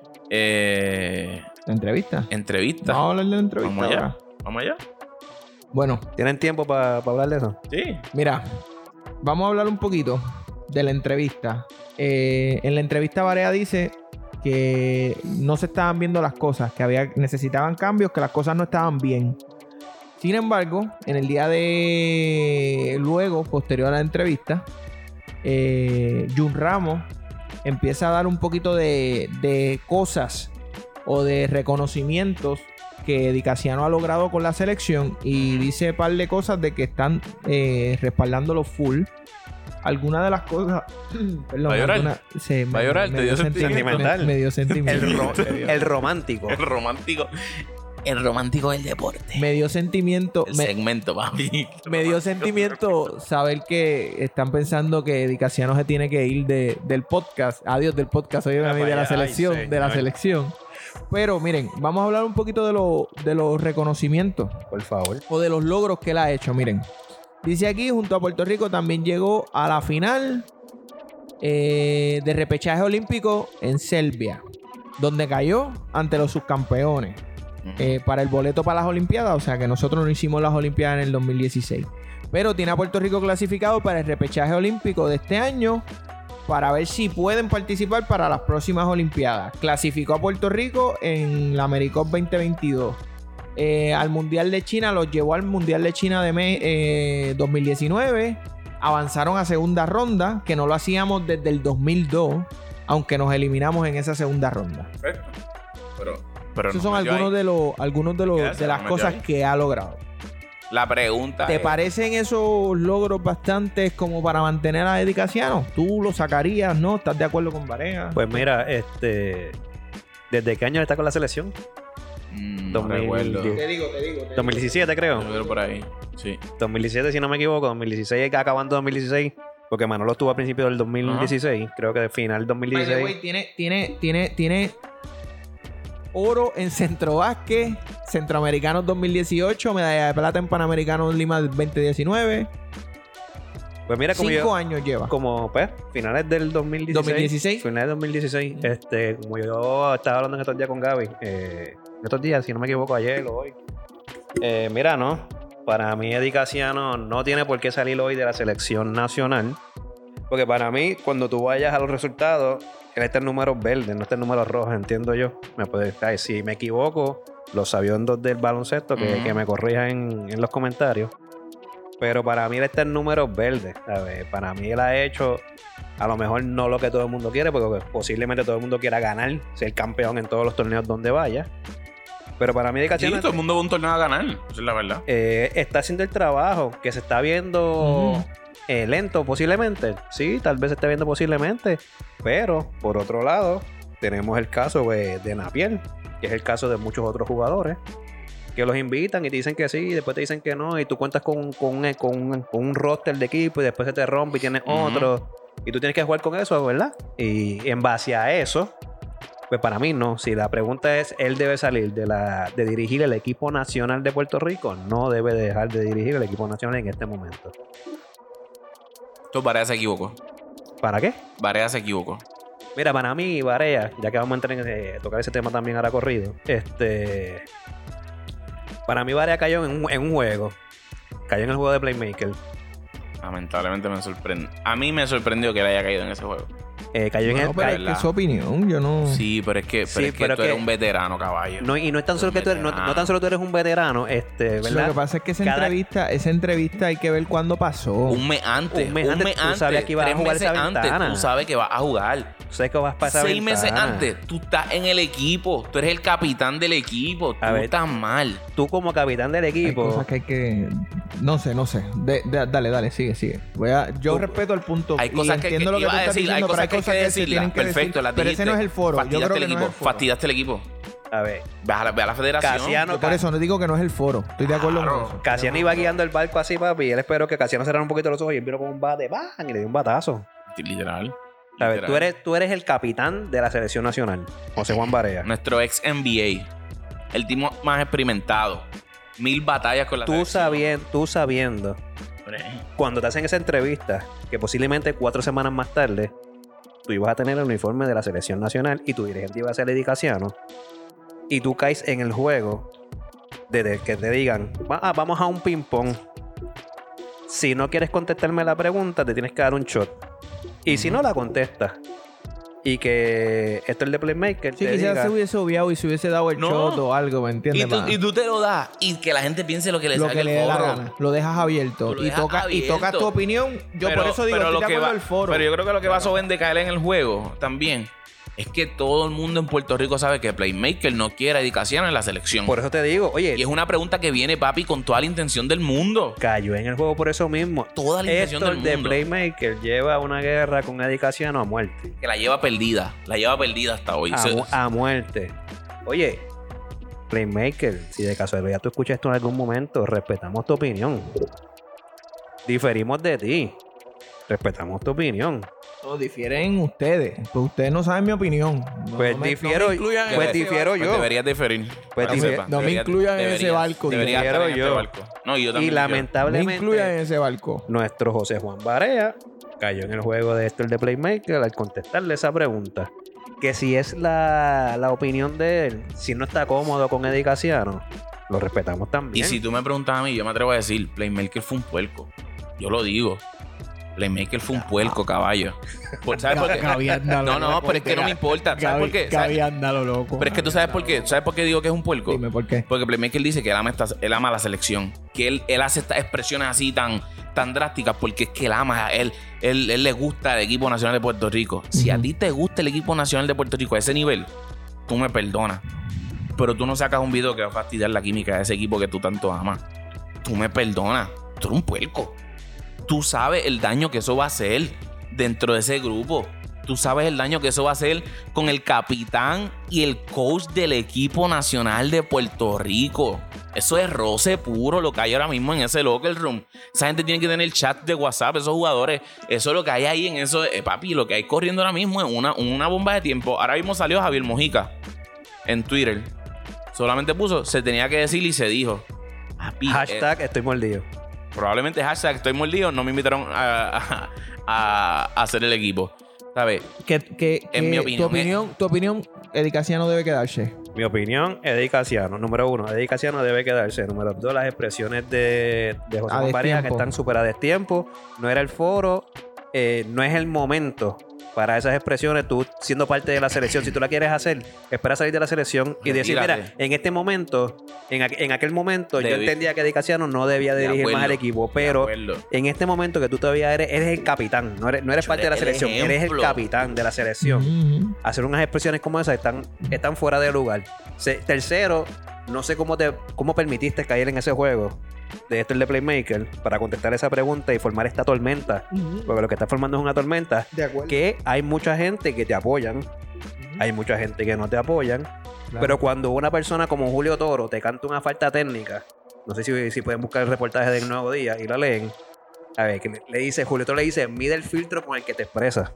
eh, ¿La entrevista? entrevista. Vamos a hablar de la entrevista Vamos allá. ahora. Vamos allá. Bueno, ¿Tienen tiempo para hablar de eso? Sí. mira, vamos a hablar un poquito de la entrevista. Eh, en la entrevista Barea dice que no se estaban viendo las cosas, que había, necesitaban cambios, que las cosas no estaban bien. Sin embargo, en el día de luego, posterior a la entrevista, eh, Jun Ramos empieza a dar un poquito de, de cosas o de reconocimientos que Eddie Casiano ha logrado con la selección y dice un par de cosas de que están eh, respaldándolo full. Algunas de las cosas... perdón, ¿Va a llorar? alguna- se- ¿Va a llorar? ¿Te dio sentimental? Me, me dio sentimiento. El, ro- el romántico. El romántico. El romántico del deporte. Me dio sentimiento... El me- segmento, papi. Me dio sentimiento saber que están pensando que Eddie Casiano se tiene que ir de, del podcast. Adiós del podcast, oye, Ah, de la vaya, selección, ay, de la señor. selección. Pero miren, vamos a hablar un poquito de, lo- de los reconocimientos Por favor. o de los logros que él ha hecho. Miren, dice aquí, junto a Puerto Rico también llegó a la final eh, de repechaje olímpico en Serbia, donde cayó ante los subcampeones. Eh, para el boleto para las Olimpiadas. O sea que nosotros no hicimos las Olimpiadas en el dos mil dieciséis. Pero tiene a Puerto Rico clasificado para el repechaje olímpico de este año para ver si pueden participar para las próximas Olimpiadas. Clasificó a Puerto Rico en la AmeriCup veinte veintidós. Eh, al Mundial de China, los llevó al Mundial de China de me- eh, dos mil diecinueve. Avanzaron a segunda ronda, que no lo hacíamos desde el dos mil dos, aunque nos eliminamos en esa segunda ronda. Perfecto. Pero, pero Esos nos son metió algunos ahí. de los algunos de, los, Gracias, de las nos metió cosas ahí. que ha logrado. La pregunta ¿Te es, parecen esos logros bastantes como para mantener a Eddie Casiano? ¿Tú lo sacarías, no? ¿Estás de acuerdo con Barea? Pues mira, este. ¿Desde qué año está con la selección? Mm, no dos mil recuerdo. diez. te digo, te digo. te dos mil diecisiete, creo. Yo creo por ahí. Sí. dos mil diecisiete, si no me equivoco. dos mil dieciséis, acabando dos mil dieciséis. Porque Manolo estuvo a principios del dos mil dieciséis. Creo que de final dos mil By the way, dieciséis. tiene, tiene, tiene, tiene oro en Centrobásquet, Centroamericanos dos mil dieciocho, medalla de plata en Panamericanos Lima veinte diecinueve. Pues mira, como Cinco yo. años lleva. Como, pues, finales del dos mil dieciséis. dos mil dieciséis. Finales del dos mil dieciséis. Este, como yo estaba hablando en estos días con Gaby. Eh, estos días, si no me equivoco, ayer o hoy. Eh, mira, no. Para mí, Eddie Casiano no tiene por qué salir hoy de la selección nacional. Porque para mí, cuando tú vayas a los resultados, él está en números verdes, no está en números rojos, entiendo yo. Me puede, ay, si me equivoco, los sabiondos del baloncesto, que, Ujú. que me corrijan en, en los comentarios. Pero para mí él está en números verdes, ¿sabes? Para mí él ha hecho, a lo mejor no lo que todo el mundo quiere, porque posiblemente todo el mundo quiera ganar, ser campeón en todos los torneos donde vaya. Pero para mí Eddie Sí, Casiano todo el mundo va a un torneo a ganar. Esa es la verdad. eh, está haciendo el trabajo, que se está viendo Ujú. eh, lento posiblemente. Sí, tal vez se esté viendo posiblemente. Pero, por otro lado, tenemos el caso pues, de Napier, que es el caso de muchos otros jugadores, que los invitan y te dicen que sí, y después te dicen que no, y tú cuentas con, con, un- con un- con un roster de equipo y después se te rompe y tienes Ujú. otro. Y tú tienes que jugar con eso, ¿verdad? Y en base a eso, pues para mí no. Si la pregunta es, él debe salir de, la, de dirigir el equipo nacional de Puerto Rico, no debe dejar de dirigir el equipo nacional en este momento. Entonces, Barea se equivocó. ¿Para qué? Barea se equivocó. Mira, para mí, Barea, ya que vamos a entrar en ese- tocar ese tema también ahora corrido, este. Para mí, Barea cayó en un, en un juego. Cayó en el juego de Playmaker. Lamentablemente me sorprende. A mí me sorprendió que él haya caído en ese juego. Eh, cayó Bueno, en el... pero ca- es que es su opinión, yo no... Sí, pero es que, pero Sí, es que pero tú es eres que- un veterano, caballo. No, y no es tan solo que tú eres, no, no tan solo tú eres un veterano, este, ¿verdad? Lo que pasa es que esa Cada- entrevista, esa entrevista hay que ver cuándo pasó. Un mes antes. Un mes antes, tú sabías que ibas a tres jugar meses esa antes, ventana. tú sabes que vas a jugar. Tú sabes que vas para esa Seis meses ventana. antes, tú estás en el equipo. Tú eres el capitán del equipo. Tú A ver. estás mal. Tú como capitán del Hay equipo... cosas que hay que... No sé, no sé. De- de- dale, dale, sigue, sigue. Voy a... Yo Tú- respeto el punto. Hay y cosas que, entiendo que lo que iba tú a estás decir, hay diciendo, pero cosas que hay que se decirlas. tienen que Perfecto, decir. las Pero ese dijiste. no es el foro. Yo Fastidiaste creo que el no equipo. es el foro. Fastidiaste el equipo. A ver, Ve a la, ve a la federación. Casiano, Yo por eso no digo que no es el foro. Estoy de acuerdo Claro. con eso. Casiano iba guiando el barco así, papi, y él esperó que Casiano cerrara un poquito los ojos y él vino con un bate, ¡bam! Y le dio un batazo. Literal. A ver, literal. tú eres, tú eres el capitán de la selección nacional, José Juan Barea. Nuestro ex N B A. El tipo más experimentado. Mil batallas con la Tú selección. sabiendo, tú sabiendo, cuando te hacen esa entrevista, que posiblemente cuatro semanas más tarde, tú ibas a tener el uniforme de la selección nacional y tu dirigente iba a ser Eddie Casiano, y tú caes en el juego de, de que te digan, "Va- ah, vamos a un ping-pong. Si no quieres contestarme la pregunta, te tienes que dar un shot. Y si no la contestas, y que esto es el de Playmaker, Si te quizás diga, se hubiese obviado y se hubiese dado el No. shot o algo, ¿me entiendes? Y tú, pa? y tú te lo das y que la gente piense lo que le Lo sale que el le dé la forro. gana. Lo dejas abierto. Tú lo Y, dejas toca, y abierto. tocas tu opinión. Yo Pero- por eso digo, pero estoy lo de que acuerdo va- del foro. Pero yo creo que lo que va a soben de caer en el juego también es que todo el mundo en Puerto Rico sabe que Playmaker no quiere a Eddie Casiano en la selección. por eso te digo, oye, Y es una pregunta que viene, papi, con toda la intención del mundo. cayó en el juego por eso mismo. Toda la intención Esto del de mundo. Playmaker lleva una guerra con Eddie Casiano a muerte. Que la lleva perdida. La lleva perdida hasta hoy. A, Se- mu- a muerte. Oye, Playmaker, si de casualidad tú escuchas esto en algún momento, respetamos tu opinión. Diferimos de ti. Respetamos tu opinión. No, difieren ustedes. Pues ustedes no saben mi opinión. No, Pues no me- difiero- no me incluyan en pues ese difiero barco. yo. Pues deberías diferir. Pues Para que difiero- sepas. no me Deberías- incluyan en ese deberías- barco. Deberías Difiero estar en este yo. barco. No, y yo Y también. Me lamentablemente, incluyan en ese barco. nuestro José Juan Barea cayó en el juego de esto el de Playmaker al contestarle esa pregunta. Que si es la, la opinión de él, si no está cómodo con Eddie Casiano, lo respetamos Y también. si tú me preguntas a mí, yo me atrevo a decir, Playmaker fue un puerco. Yo lo digo. Playmaker fue un puerco, caballo. Por- ¿Sabes por qué? No, no, pero es que no me importa. ¿Sabes por qué? ¿Sabes? Gaby, loco. Pero es que tú sabes por qué. ¿Sabes por qué digo que es un puerco? Dime por qué. Porque Playmaker dice que él ama, esta- él ama la selección. Que él, él hace estas expresiones así tan, tan drásticas porque es que él ama. Él, él, él le gusta el equipo nacional de Puerto Rico. Si a Ujú. ti te gusta el equipo nacional de Puerto Rico a ese nivel, tú me perdonas. Pero tú no sacas un video que va a fastidiar la química de ese equipo que tú tanto amas. Tú me perdonas. Tú eres un puerco. Tú sabes el daño que eso va a hacer dentro de ese grupo. Tú sabes el daño que eso va a hacer con el capitán y el coach del equipo nacional de Puerto Rico. Eso es roce puro lo que hay ahora mismo en ese locker room. Esa gente tiene que tener chat de WhatsApp, esos jugadores. Eso es lo que hay ahí en eso. Eh, papi, lo que hay corriendo ahora mismo es una, una bomba de tiempo. Ahora mismo salió Javier Mojica en Twitter. Solamente puso, se tenía que decir y se dijo. Papi, eh, Hashtag estoy mordido. probablemente hashtag estoy mordido, no me invitaron a, a- a- a hacer el equipo. ¿Sabes? Que, que, En que mi tu opinión, opinión, tu opinión, Eddie Casiano debe quedarse. Mi opinión, Eddie Casiano. Número uno, Eddie Casiano debe quedarse. Número dos, las expresiones de, de José A Juan Barea que destiempo. están súper a destiempo. No era el foro, eh, no es el momento para esas expresiones. Tú siendo parte de la selección, si tú la quieres hacer, espera salir de la selección y decir, Retírate. mira, en este momento, en, aqu- en aquel momento, yo Debi- entendía que Eddie Casiano no debía De dirigir acuerdo, más al equipo, de pero acuerdo. en este momento que tú todavía eres, eres el capitán, no eres, no eres Yo parte de la eres el selección, eres el ejemplo. capitán de la selección. Ujú. Hacer unas expresiones como esas están, están fuera de lugar. Se- tercero, no sé cómo te cómo permitiste caer en ese juego de esto el de Playmaker para contestar esa pregunta y formar esta tormenta. Porque lo que está formando es una tormenta De acuerdo. que hay mucha gente que te apoyan, hay mucha gente que no te apoyan, Claro. pero cuando una persona como Julio Toro te canta una falta técnica, no sé si, si pueden buscar el reportaje del Nuevo Día y la leen, a ver, que le, le dice, Julio Toro le dice, mide el filtro con el que te expresas.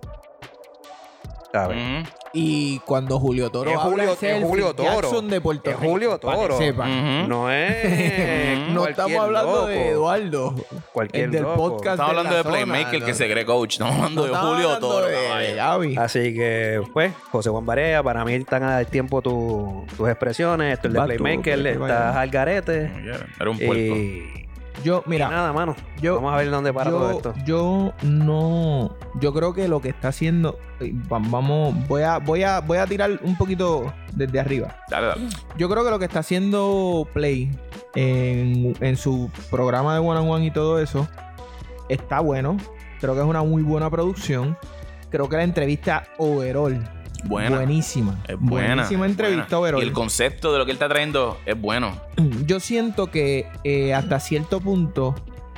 ¿Sabes? Ujú. Y cuando Julio Toro Es habla, Julio- ese es el Julio Phil Toro. Jackson de Puerto Es Rico, Julio para que Toro. sepan. Ujú. No es. No cualquier estamos hablando loco. de Eduardo, Cualquier el del loco. podcast. Estamos hablando de la zona, Playmaker no. que se cree coach. Estamos hablando No de estamos Julio hablando Toro. de- caballo. de Gaby. Así que, pues, José Juan Barea, para mí están a dar tiempo tu- tus expresiones. Esto es de Vas tú, Playmaker, que te estás vaya. al garete. Era un puerco. Y Yo, mira, y nada, mano. yo, vamos a ver dónde para yo, todo esto. Yo no, yo creo que lo que está haciendo, vamos, voy a, voy a, voy a tirar un poquito desde arriba. Dale, dale. Yo creo que lo que está haciendo Play en, en su programa de One on One y todo eso está bueno. Creo que es una muy buena producción. Creo que la entrevista overall Buena. buenísima. Es buena. Buenísima es entrevista buena. overall. Y el concepto de lo que él está trayendo es bueno. Yo siento que eh, hasta cierto punto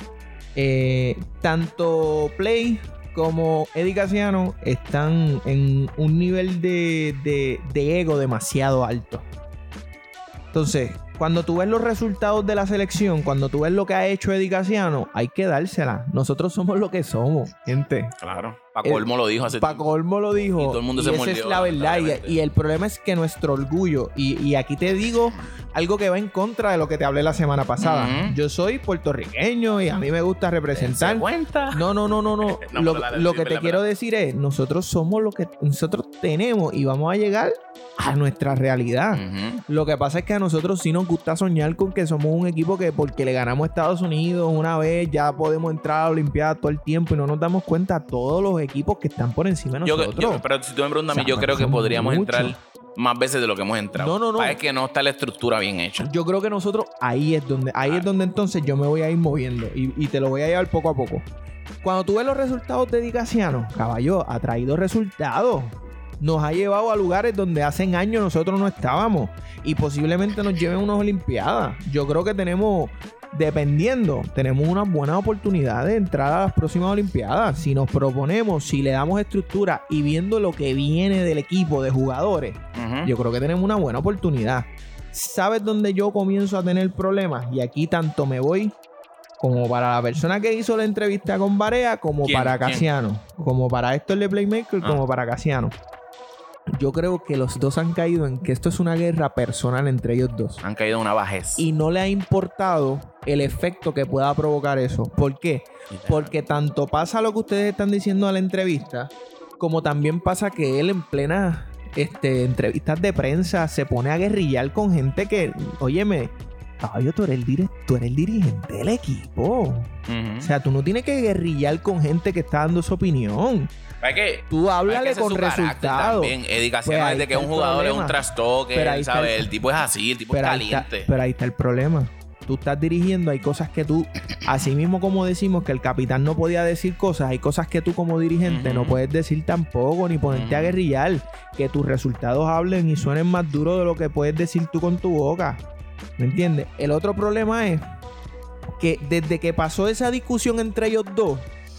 eh, tanto Play como Eddie Casiano están en un nivel de, de, de ego demasiado alto. Entonces, cuando tú ves los resultados de la selección, cuando tú ves lo que ha hecho Eddie Casiano, hay que dársela. Nosotros somos lo que somos, gente. Claro. Paco Olmo lo dijo hace Paco Olmo lo dijo. Y todo el mundo y se esa mordió, es la verdad. Y, y el problema es que nuestro orgullo, y, y aquí te digo algo que va en contra de lo que te hablé la semana pasada. Uh-huh. Yo soy puertorriqueño y a mí me gusta representar. ¿Se cuenta? No, no, no, no, no. No, lo pero dale, lo sí, que te verdad, quiero verdad. decir es, nosotros somos lo que nosotros tenemos y vamos a llegar a nuestra realidad. Ujú. Lo que pasa es que a nosotros sí nos gusta soñar con que somos un equipo que porque le ganamos a Estados Unidos una vez ya podemos entrar a la Olimpiada todo el tiempo y no nos damos cuenta de todos los equipos que están por encima de Yo, nosotros. yo- pero si tú me preguntas a mí, O sea, yo creo que son podríamos muchos. entrar más veces de lo que hemos entrado. No, no, no. Para que no está la estructura bien hecha. Yo creo que nosotros ahí es donde ahí Ah. es donde entonces yo me voy a ir moviendo y, y te lo voy a llevar poco a poco. Cuando tú ves los resultados de Di Casiano, caballo, ha traído resultados. Nos ha llevado a lugares donde hace años nosotros no estábamos y posiblemente nos lleven a unas Olimpiadas. Yo creo que tenemos, dependiendo, tenemos una buena oportunidad de entrar a las próximas Olimpiadas. Si nos proponemos, si le damos estructura y viendo lo que viene del equipo de jugadores, Ujú. yo creo que tenemos una buena oportunidad. ¿Sabes dónde yo comienzo a tener problemas? Y aquí tanto me voy como para la persona que hizo la entrevista con Barea, como ¿Quién? para ¿Quién? Casiano. Como para Héctor de Playmaker, Ah. como para Casiano. Yo creo que los dos han caído en que esto es una guerra personal entre ellos dos. Han caído en una bajez. Y no le ha importado el efecto que pueda provocar eso. ¿Por qué? Porque tanto pasa lo que ustedes están diciendo en la entrevista, como también pasa que él en plena este, entrevistas de prensa se pone a guerrillar con gente que, óyeme, caballo, tú eres el, dire- tú eres el dirigente del equipo. Ujú. O sea, tú no tienes que guerrillar con gente que está dando su opinión. ¿Para qué? Tú Hay háblale que hacer con su carácter resultados. También. Eddie Casiano, Pues ahí desde que está es un el jugador, es problema. un trastoque, Pero ahí él está sabe, el- el tipo es así, el tipo es Pero ahí, está, caliente. pero ahí está el problema. Tú estás dirigiendo, hay cosas que tú, así mismo como decimos que el capitán no podía decir cosas, hay cosas que tú como dirigente Ujú. no puedes decir tampoco, ni ponerte a Ujú. guerrillar, que tus resultados hablen y suenen más duros de lo que puedes decir tú con tu boca. ¿Me entiendes? El otro problema es que desde que pasó esa discusión entre ellos dos,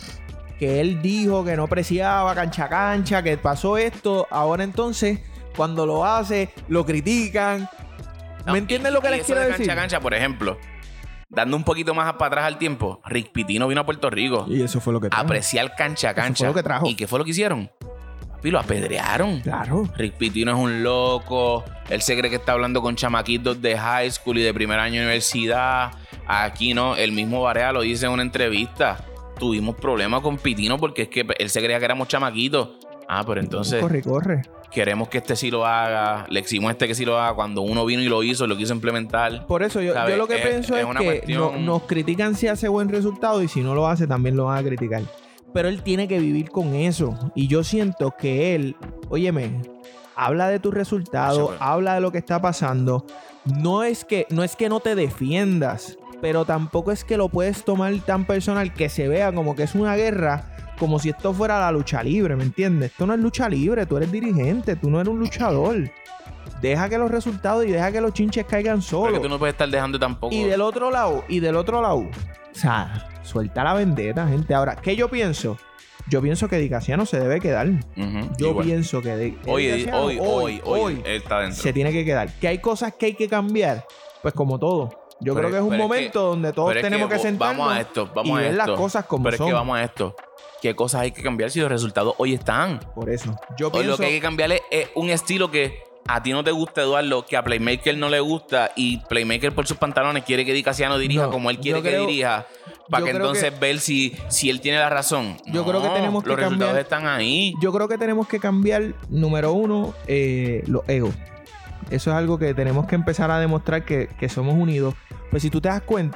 que él dijo que no apreciaba cancha a cancha, que pasó esto, ahora entonces, cuando lo hace, lo critican. No, ¿Me entiendes y- lo que y les eso quiero de decir? Cancha a cancha, por ejemplo, dando un poquito más para atrás al tiempo, Rick Pitino vino a Puerto Rico Y eso fue lo que a trajo. apreciar cancha a Eso fue cancha. lo que trajo. ¿Y qué fue lo que hicieron? Papi, lo apedrearon. Claro. Rick Pitino es un loco. Él se cree que está hablando con chamaquitos de high school y de primer año de universidad. Aquí no. El mismo Barea lo dice en una entrevista. Tuvimos problemas con Pitino porque es que él se creía que éramos chamaquitos. Ah, pero entonces Corre, corre. queremos que este sí lo haga. Le exigimos a este que sí lo haga. Cuando uno vino y lo hizo, lo quiso implementar. Por eso yo, ¿Sabes? yo lo que Es- pienso es es, una que cuestión- no- nos critican si hace buen resultado y si no lo hace también lo van a criticar. Pero él tiene que vivir con eso. Y yo siento que él, óyeme, habla de tus resultados, Sí, pues. habla de lo que está pasando. No es que no es que no te defiendas, pero tampoco es que lo puedes tomar tan personal que se vea como que es una guerra, como si esto fuera la lucha libre, ¿me entiendes? Esto no es lucha libre, tú eres dirigente, tú no eres un luchador. Deja que los resultados y deja que los chinches caigan Pero solos. que tú no puedes estar dejando tampoco. Y del otro lado, y del otro lado, o sea, suelta la vendetta, gente. Ahora, ¿qué yo pienso? Yo pienso que Di Casiano se debe quedar. Ujú, Yo igual. pienso que de, Hoy, Di hoy, Casiano, hoy, hoy, hoy, él está dentro. se tiene que quedar. Que hay cosas que hay que cambiar, pues como todo. Yo Pero- creo que es un pero es momento que- donde todos Pero es tenemos que, vo- sentarnos Vamos a esto, vamos y a ver esto. las cosas como Pero son. es que vamos a esto. ¿Qué cosas hay que cambiar si los resultados hoy están? Por eso. Yo Hoy pienso... lo que hay que cambiar es, es un estilo que a ti no te gusta, Eduardo, que a Playmaker no le gusta y Playmaker por sus pantalones quiere que Di Casiano dirija No, como él quiere yo que creo- dirija. Para yo que creo entonces que- ver si, si él tiene la razón. Yo No, creo que tenemos que los resultados cambiar- están ahí. Yo creo que tenemos que cambiar, número uno, eh, los egos. Eso es algo que tenemos que empezar a demostrar que, que somos unidos. Pues si tú te das cuenta,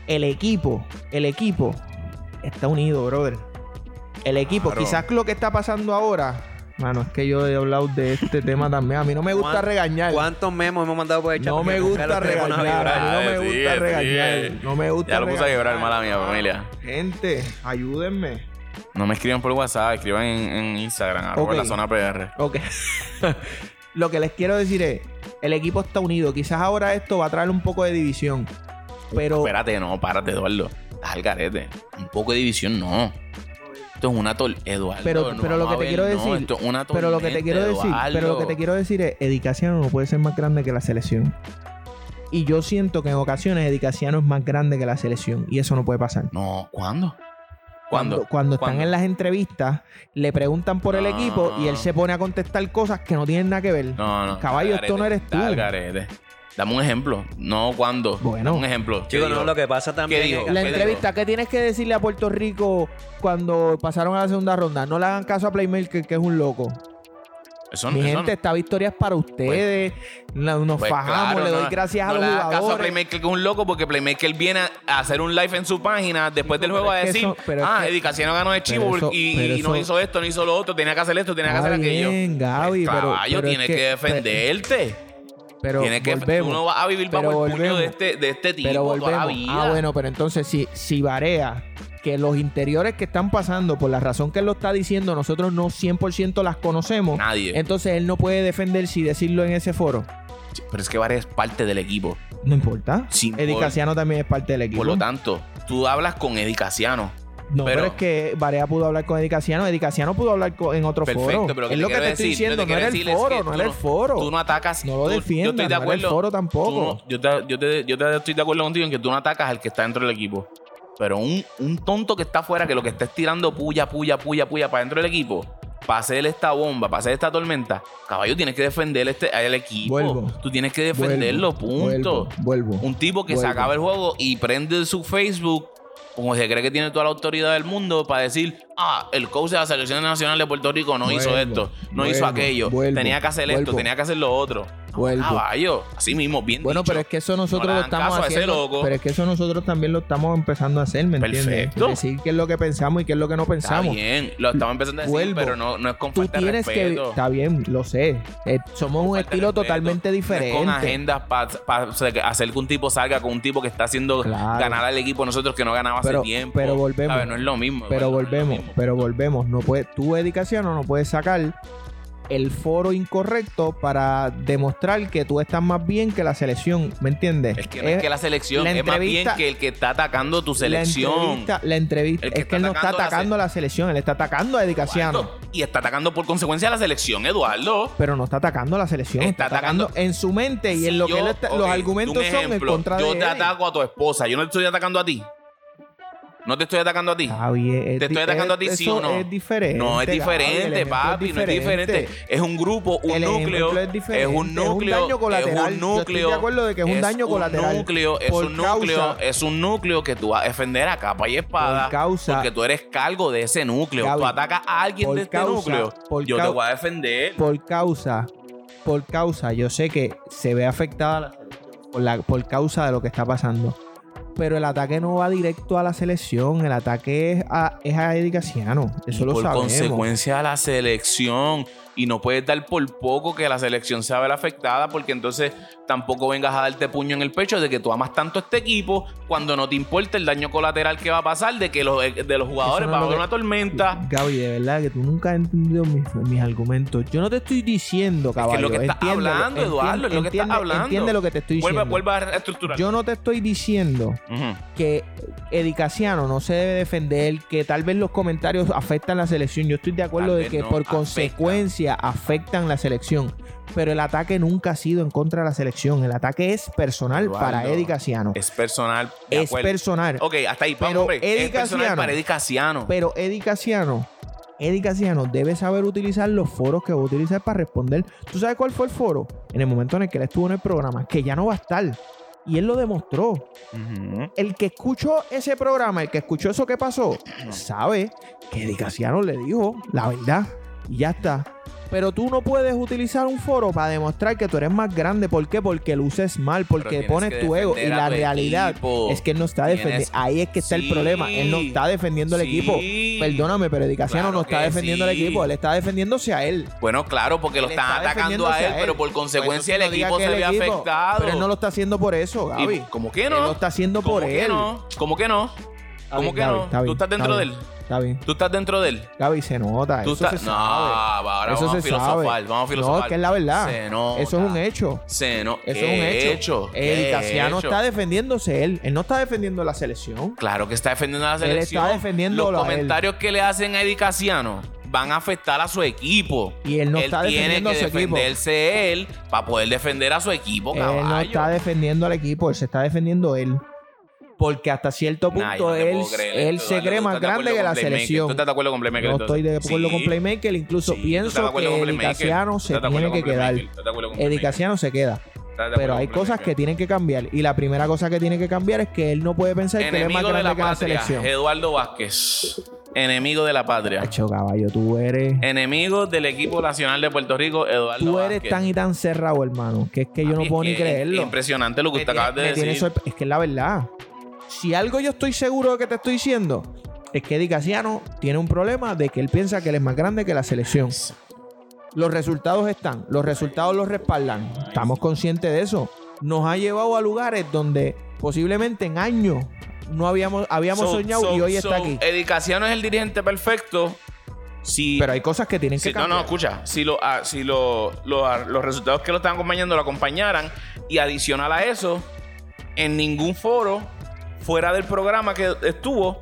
el equipo, el equipo está unido, brother. El equipo, claro. Quizás lo que está pasando ahora... Mano, es que yo he hablado de este tema también. A mí no me gusta regañar. ¿Cuántos memos hemos mandado por el chat? No me gusta regañar. A mí no me gusta regañar. No me gusta regañar. Ya lo puse a quebrar, mala mía, familia. Gente, ayúdenme. No me escriban por WhatsApp, escriban en, en Instagram, arroba okay. La zona P R. Ok. Lo que les quiero decir es, el equipo está unido. Quizás ahora esto va a traer un poco de división. Pero... Espérate, no, párate, Eduardo. Estás al garete. Un poco de división, no. Esto es una tol... Eduardo. Pero, no pero lo que te ver, quiero decir... No, esto es una pero lo que te quiero decir... Eduardo. Pero lo que te quiero decir es... Eddie Casiano no puede ser más grande que la selección. Y yo siento que en ocasiones Eddie Casiano es más grande que la selección. Y eso no puede pasar. No, ¿cuándo? Cuando, ¿Cuándo? cuando están ¿Cuándo? en las entrevistas, le preguntan por el no. equipo y él se pone a contestar cosas que no tienen nada que ver. No, no. Caballo, esto no eres tú. Garete. Dame un ejemplo. No, ¿cuándo? Bueno. Dame un ejemplo. Chico, no, lo que pasa también... ¿Qué dijo? La ¿Qué entrevista, dijo? ¿qué tienes que decirle a Puerto Rico cuando pasaron a la segunda ronda? No le hagan caso a Playmaker, que es un loco. Eso, Mi eso gente, no. esta victoria es para ustedes. Nos Pues fajamos, claro, le doy no, gracias no a los le hagas jugadores. caso a Playmaker, que es un loco, porque Playmaker viene a hacer un live en su página después Chico, del juego a pero es que decir: eso- pero es Ah, que- Eddie Casiano ganó de Chivo pero eso- y, pero y no eso- hizo esto, no hizo lo otro, tenía que hacer esto, tenía que Está hacer aquello. bien, Gaby, Pues, pero- caballo, pero es tienes que- que, defenderte. Pero Tienes que, volvemos. tú no vas a vivir Pero bajo el puño volvemos. de este, de este tipo Pero toda la volvemos. vida. Ah, bueno, pero entonces si, si Barea, que los interiores que están pasando, por la razón que él lo está diciendo, nosotros no cien por ciento las conocemos. Nadie. Entonces él no puede defenderse y decirlo en ese foro. Pero es que Vargas es parte del equipo. No importa. Sí, Eddie por- Casiano también es parte del equipo. Por lo tanto, tú hablas con Eddie Casiano. No, pero, pero- es que Barea pudo hablar con Eddie Casiano. Eddie Casiano pudo hablar con- en otro Perfecto, foro. pero Es lo que te quiero estoy decir, lo diciendo. que No era quiero el decir es foro, que no tú era el foro. Tú no atacas. No lo tú- defiendas, Yo estoy de no era el acuerdo. foro tampoco. Tú no- yo, te, yo, te, yo te estoy de acuerdo contigo en que tú no atacas al que está dentro del equipo. Pero un, un tonto que está afuera, que lo que está es tirando puya, puya, puya, puya para dentro del equipo, para hacer esta bomba, para hacer esta tormenta, caballo, tienes que defender este, al equipo. Vuelvo. Tú tienes que defenderlo, Vuelvo, punto. Vuelvo. vuelvo. Un tipo que se Vuelvo. acaba el juego y prende su Facebook como se cree que tiene toda la autoridad del mundo para decir: Ah, el coach de la selección nacional de Puerto Rico no Vuelvo, hizo esto, no hizo vuelvo, aquello, vuelvo, tenía que hacer vuelvo. esto, tenía que hacer lo otro. Vuelvo. Caballo, así mismo, bien Bueno, dicho. pero es que eso nosotros No le lo hagan estamos caso a ese haciendo. loco. Pero es que eso nosotros también lo estamos empezando a hacer, ¿me entiendes? Perfecto. Decir qué es lo que pensamos y qué es lo que no Está pensamos. bien, lo estamos empezando a decir, Vuelvo. pero no, no es con Tú falta de tienes que... respeto. Está bien, lo sé. Eh, somos un Falta de estilo respeto. totalmente No es diferente. con agendas para hacer que un tipo salga con un tipo que está haciendo Claro. ganar al equipo de nosotros que no ganaba Pero- hace tiempo. pero volvemos. ¿Sabes? No es lo mismo. Pero Eduardo, no es lo volvemos, mismo. pero volvemos. No puede, tú, Eddie Casiano, no puedes sacar el foro incorrecto para demostrar que tú estás más bien que la selección, ¿me entiendes? Es que no es, que la selección, la es más bien entrevista- que el que está atacando tu selección. La entrevista, la entrevista El que es que está él no está atacando la atacando a la selección, él está atacando a Eddie Casiano. Eduardo, y está atacando por consecuencia a la selección, Eduardo. Pero no está atacando a la selección, está, Está atacando, atacando- en su mente y Si en lo yo- que él está- ok, los un argumentos son en ejemplo, contra de yo te él. ataco a tu esposa, yo no te estoy atacando a ti. No te estoy atacando a ti. Está bien, es Te di- estoy atacando a ti, es- ¿sí eso o no? Es diferente. No es Gaby, el diferente, ejemplo papi, no es diferente. Es un grupo, un El núcleo. ejemplo es diferente. Es un núcleo. Es un daño colateral. Es Yo un estoy núcleo. de acuerdo de que es un daño colateral. núcleo, es Por un núcleo. causa- Es un núcleo que tú vas a defender a capa y espada. Por causa- Porque tú eres cargo de ese núcleo. Gaby, tú atacas a alguien por de este causa- núcleo. por Yo te cau- voy a defender. Por causa, por causa, yo sé que se ve afectada la selección por, la, por causa de lo que está pasando. Pero el ataque no va directo a la selección, el ataque es a, es a Eddie Casiano. Eso Y lo por sabemos. consecuencia a la selección. Y no puedes dar por poco que la selección se vea afectada, porque entonces tampoco vengas a darte puño en el pecho de que tú amas tanto a este equipo cuando no te importa el daño colateral que va a pasar de que los, de los jugadores Eso no va a es lo haber que- una tormenta. Gaby, de verdad que tú nunca has entendido mis, mis argumentos. Yo no te estoy diciendo, caballo. es lo que estás entiéndelo, hablando, Eduardo, es lo que entiende- estás hablando. Entiende lo que te estoy Vuelve, diciendo. vuelve a reestructurar. Yo no te estoy diciendo Ujú. que Eddie Casiano no se debe defender, que tal vez los comentarios afectan la selección. Yo estoy de acuerdo Tal de vez que no por afectan. consecuencia afectan la selección. Pero el ataque nunca ha sido en contra de la selección. El ataque es personal Eduardo, para Eddie Casiano. Es personal. de Es acuerdo. personal. Ok, hasta ahí. Pero Vamos, hombre. Eddie Es personal Casiano- para Eddie Casiano. Pero Eddie Casiano, Eddie Casiano debe saber utilizar los foros que va a utilizar para responder. ¿Tú sabes cuál fue el foro? En el momento en el que él estuvo en el programa, que ya no va a estar. Y él lo demostró. Ujú. El que escuchó ese programa, el que escuchó eso que pasó, sabe que Eddie Casiano le dijo la verdad. Y ya está. Pero tú no puedes utilizar un foro para demostrar que tú eres más grande. ¿Por qué? Porque luces mal, porque pones tu ego. Y la realidad equipo. es que él no está defendiendo. Ahí es que está sí. el problema. Él no está defendiendo el sí. equipo. Perdóname, pero Edicaciano claro no está defendiendo sí. el equipo. Él está defendiéndose a él. Bueno, claro, porque él lo están atacando a él, a él, pero por consecuencia pues el equipo se ve equipo, afectado. Pero él no lo está haciendo por eso, Gaby. ¿Cómo que no? Él lo está haciendo por él. No? ¿Cómo que no? ¿Cómo que no? ¿Tú estás dentro de él? Está bien. ¿Tú estás dentro de él? Gaby, se nota. Eso estás... se no, sabe. ahora eso vamos se a filosofar. Sabe. Vamos a filosofar. No, es que es la verdad. Se nota. Eso es un hecho. Se no... Eso es un hecho. hecho? Edicaciano está defendiéndose él. Él no está defendiendo la selección. Claro que está defendiendo la selección. Él está defendiendo Los comentarios que le hacen a Edicaciano van a afectar a su equipo. Y él no él está defendiendo a su equipo. Tiene que defenderse él para poder defender a su equipo, caballo. Él no está defendiendo al equipo. Él se está defendiendo él. Porque hasta cierto punto nah, no él, él esto, se cree más grande que la selección. ¿Tú estás de acuerdo con Playmaker? No estoy de acuerdo sí. con Playmaker. Incluso sí, pienso que Edicaciano se tiene que quedar. Edicaciano se queda. Pero hay cosas que tienen que cambiar. Y la primera cosa que tiene que cambiar es que él no puede pensar Enemigo que él es más grande la que patria, la selección. Eduardo Vázquez. Enemigo de la patria. Hacho, caballo, tú eres... Enemigo del equipo nacional de Puerto Rico, Eduardo Tú eres Vázquez. tan y tan cerrado, hermano, que es que yo no puedo ni creerlo. Es impresionante lo que usted acaba de decir. Sorpre- es que es la verdad. Si algo yo estoy seguro de que te estoy diciendo, es que Edicaciano tiene un problema de que él piensa que él es más grande que la selección. Los resultados están, los resultados los respaldan. Estamos conscientes de eso. Nos ha llevado a lugares donde posiblemente en años no habíamos, habíamos so, soñado so, y hoy so, está aquí. Edicaciano es el dirigente perfecto. Si, pero hay cosas que tienen que si, cambiar. No, no, escucha. Si, lo, uh, si lo, lo, uh, los resultados que lo están acompañando lo acompañaran y adicional a eso, en ningún foro fuera del programa que estuvo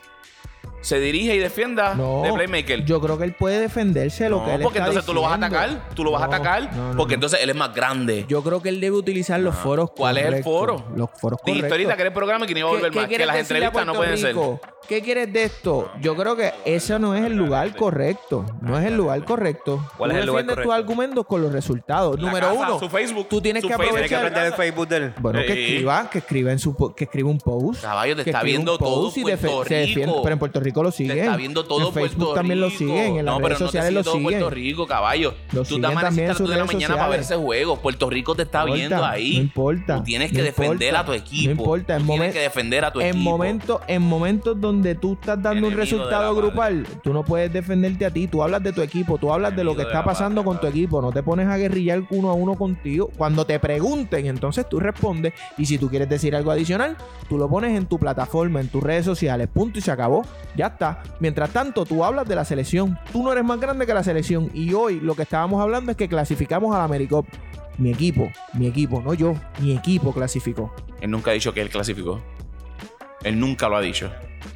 se dirige y defienda no, de Playmaker. Yo creo que él puede defenderse de lo no, que él porque está entonces diciendo. tú lo vas a atacar. Tú lo vas no, a atacar no, no, porque no. entonces él es más grande. Yo creo que él debe utilizar los no. foros ¿Cuál correctos. es el foro? Los foros correctos. Dijiste ahorita que era el programa y que no iba a volver más. Que las entrevistas no pueden ser. ¿Qué quieres de esto? Yo creo que ese no es el lugar correcto. No es el lugar correcto. ¿Cuál tú es el lugar defiendes correcto? tus argumentos con los resultados. La Número casa, uno, su Facebook, tú tienes su que Facebook, aprovechar. Tienes que aprender el Facebook de él. Bueno, que escriba, que escriba en su que escriba un post. Caballo, te que está viendo todo y Puerto defe- Rico. Se defiende, pero en Puerto Rico lo siguen. Te está viendo todo en Facebook Puerto también Rico. lo siguen. En las no, redes pero sociales no lo todo siguen. Puerto Rico, caballo. Lo tú te amaneces a las dos de la mañana para ver ese juego. Puerto Rico te está no viendo importa, ahí. No importa. Tú tienes que no defender importa, a tu equipo. No importa. Tú en tienes momen- que defender a tu en equipo. Momentos, en momentos donde tú estás dando Enemigo un resultado grupal, tú no puedes defenderte a ti. Tú hablas de tu equipo. Tú hablas de lo que está pasando con tu equipo. No te pones a guerrillar uno a uno contigo. Cuando te pregunten, entonces tú respondes. Y si tú quieres decir algo adicional, tú lo pones en tu plataforma, en tus redes sociales. Punto y se acabó. Ya está. Mientras tanto, tú hablas de la selección. Tú no eres más grande que la selección. Y hoy lo que estábamos hablando es que clasificamos a la AmeriCup. Mi equipo, mi equipo, no yo. Mi equipo clasificó. Él nunca ha dicho que él clasificó. Él nunca lo ha dicho.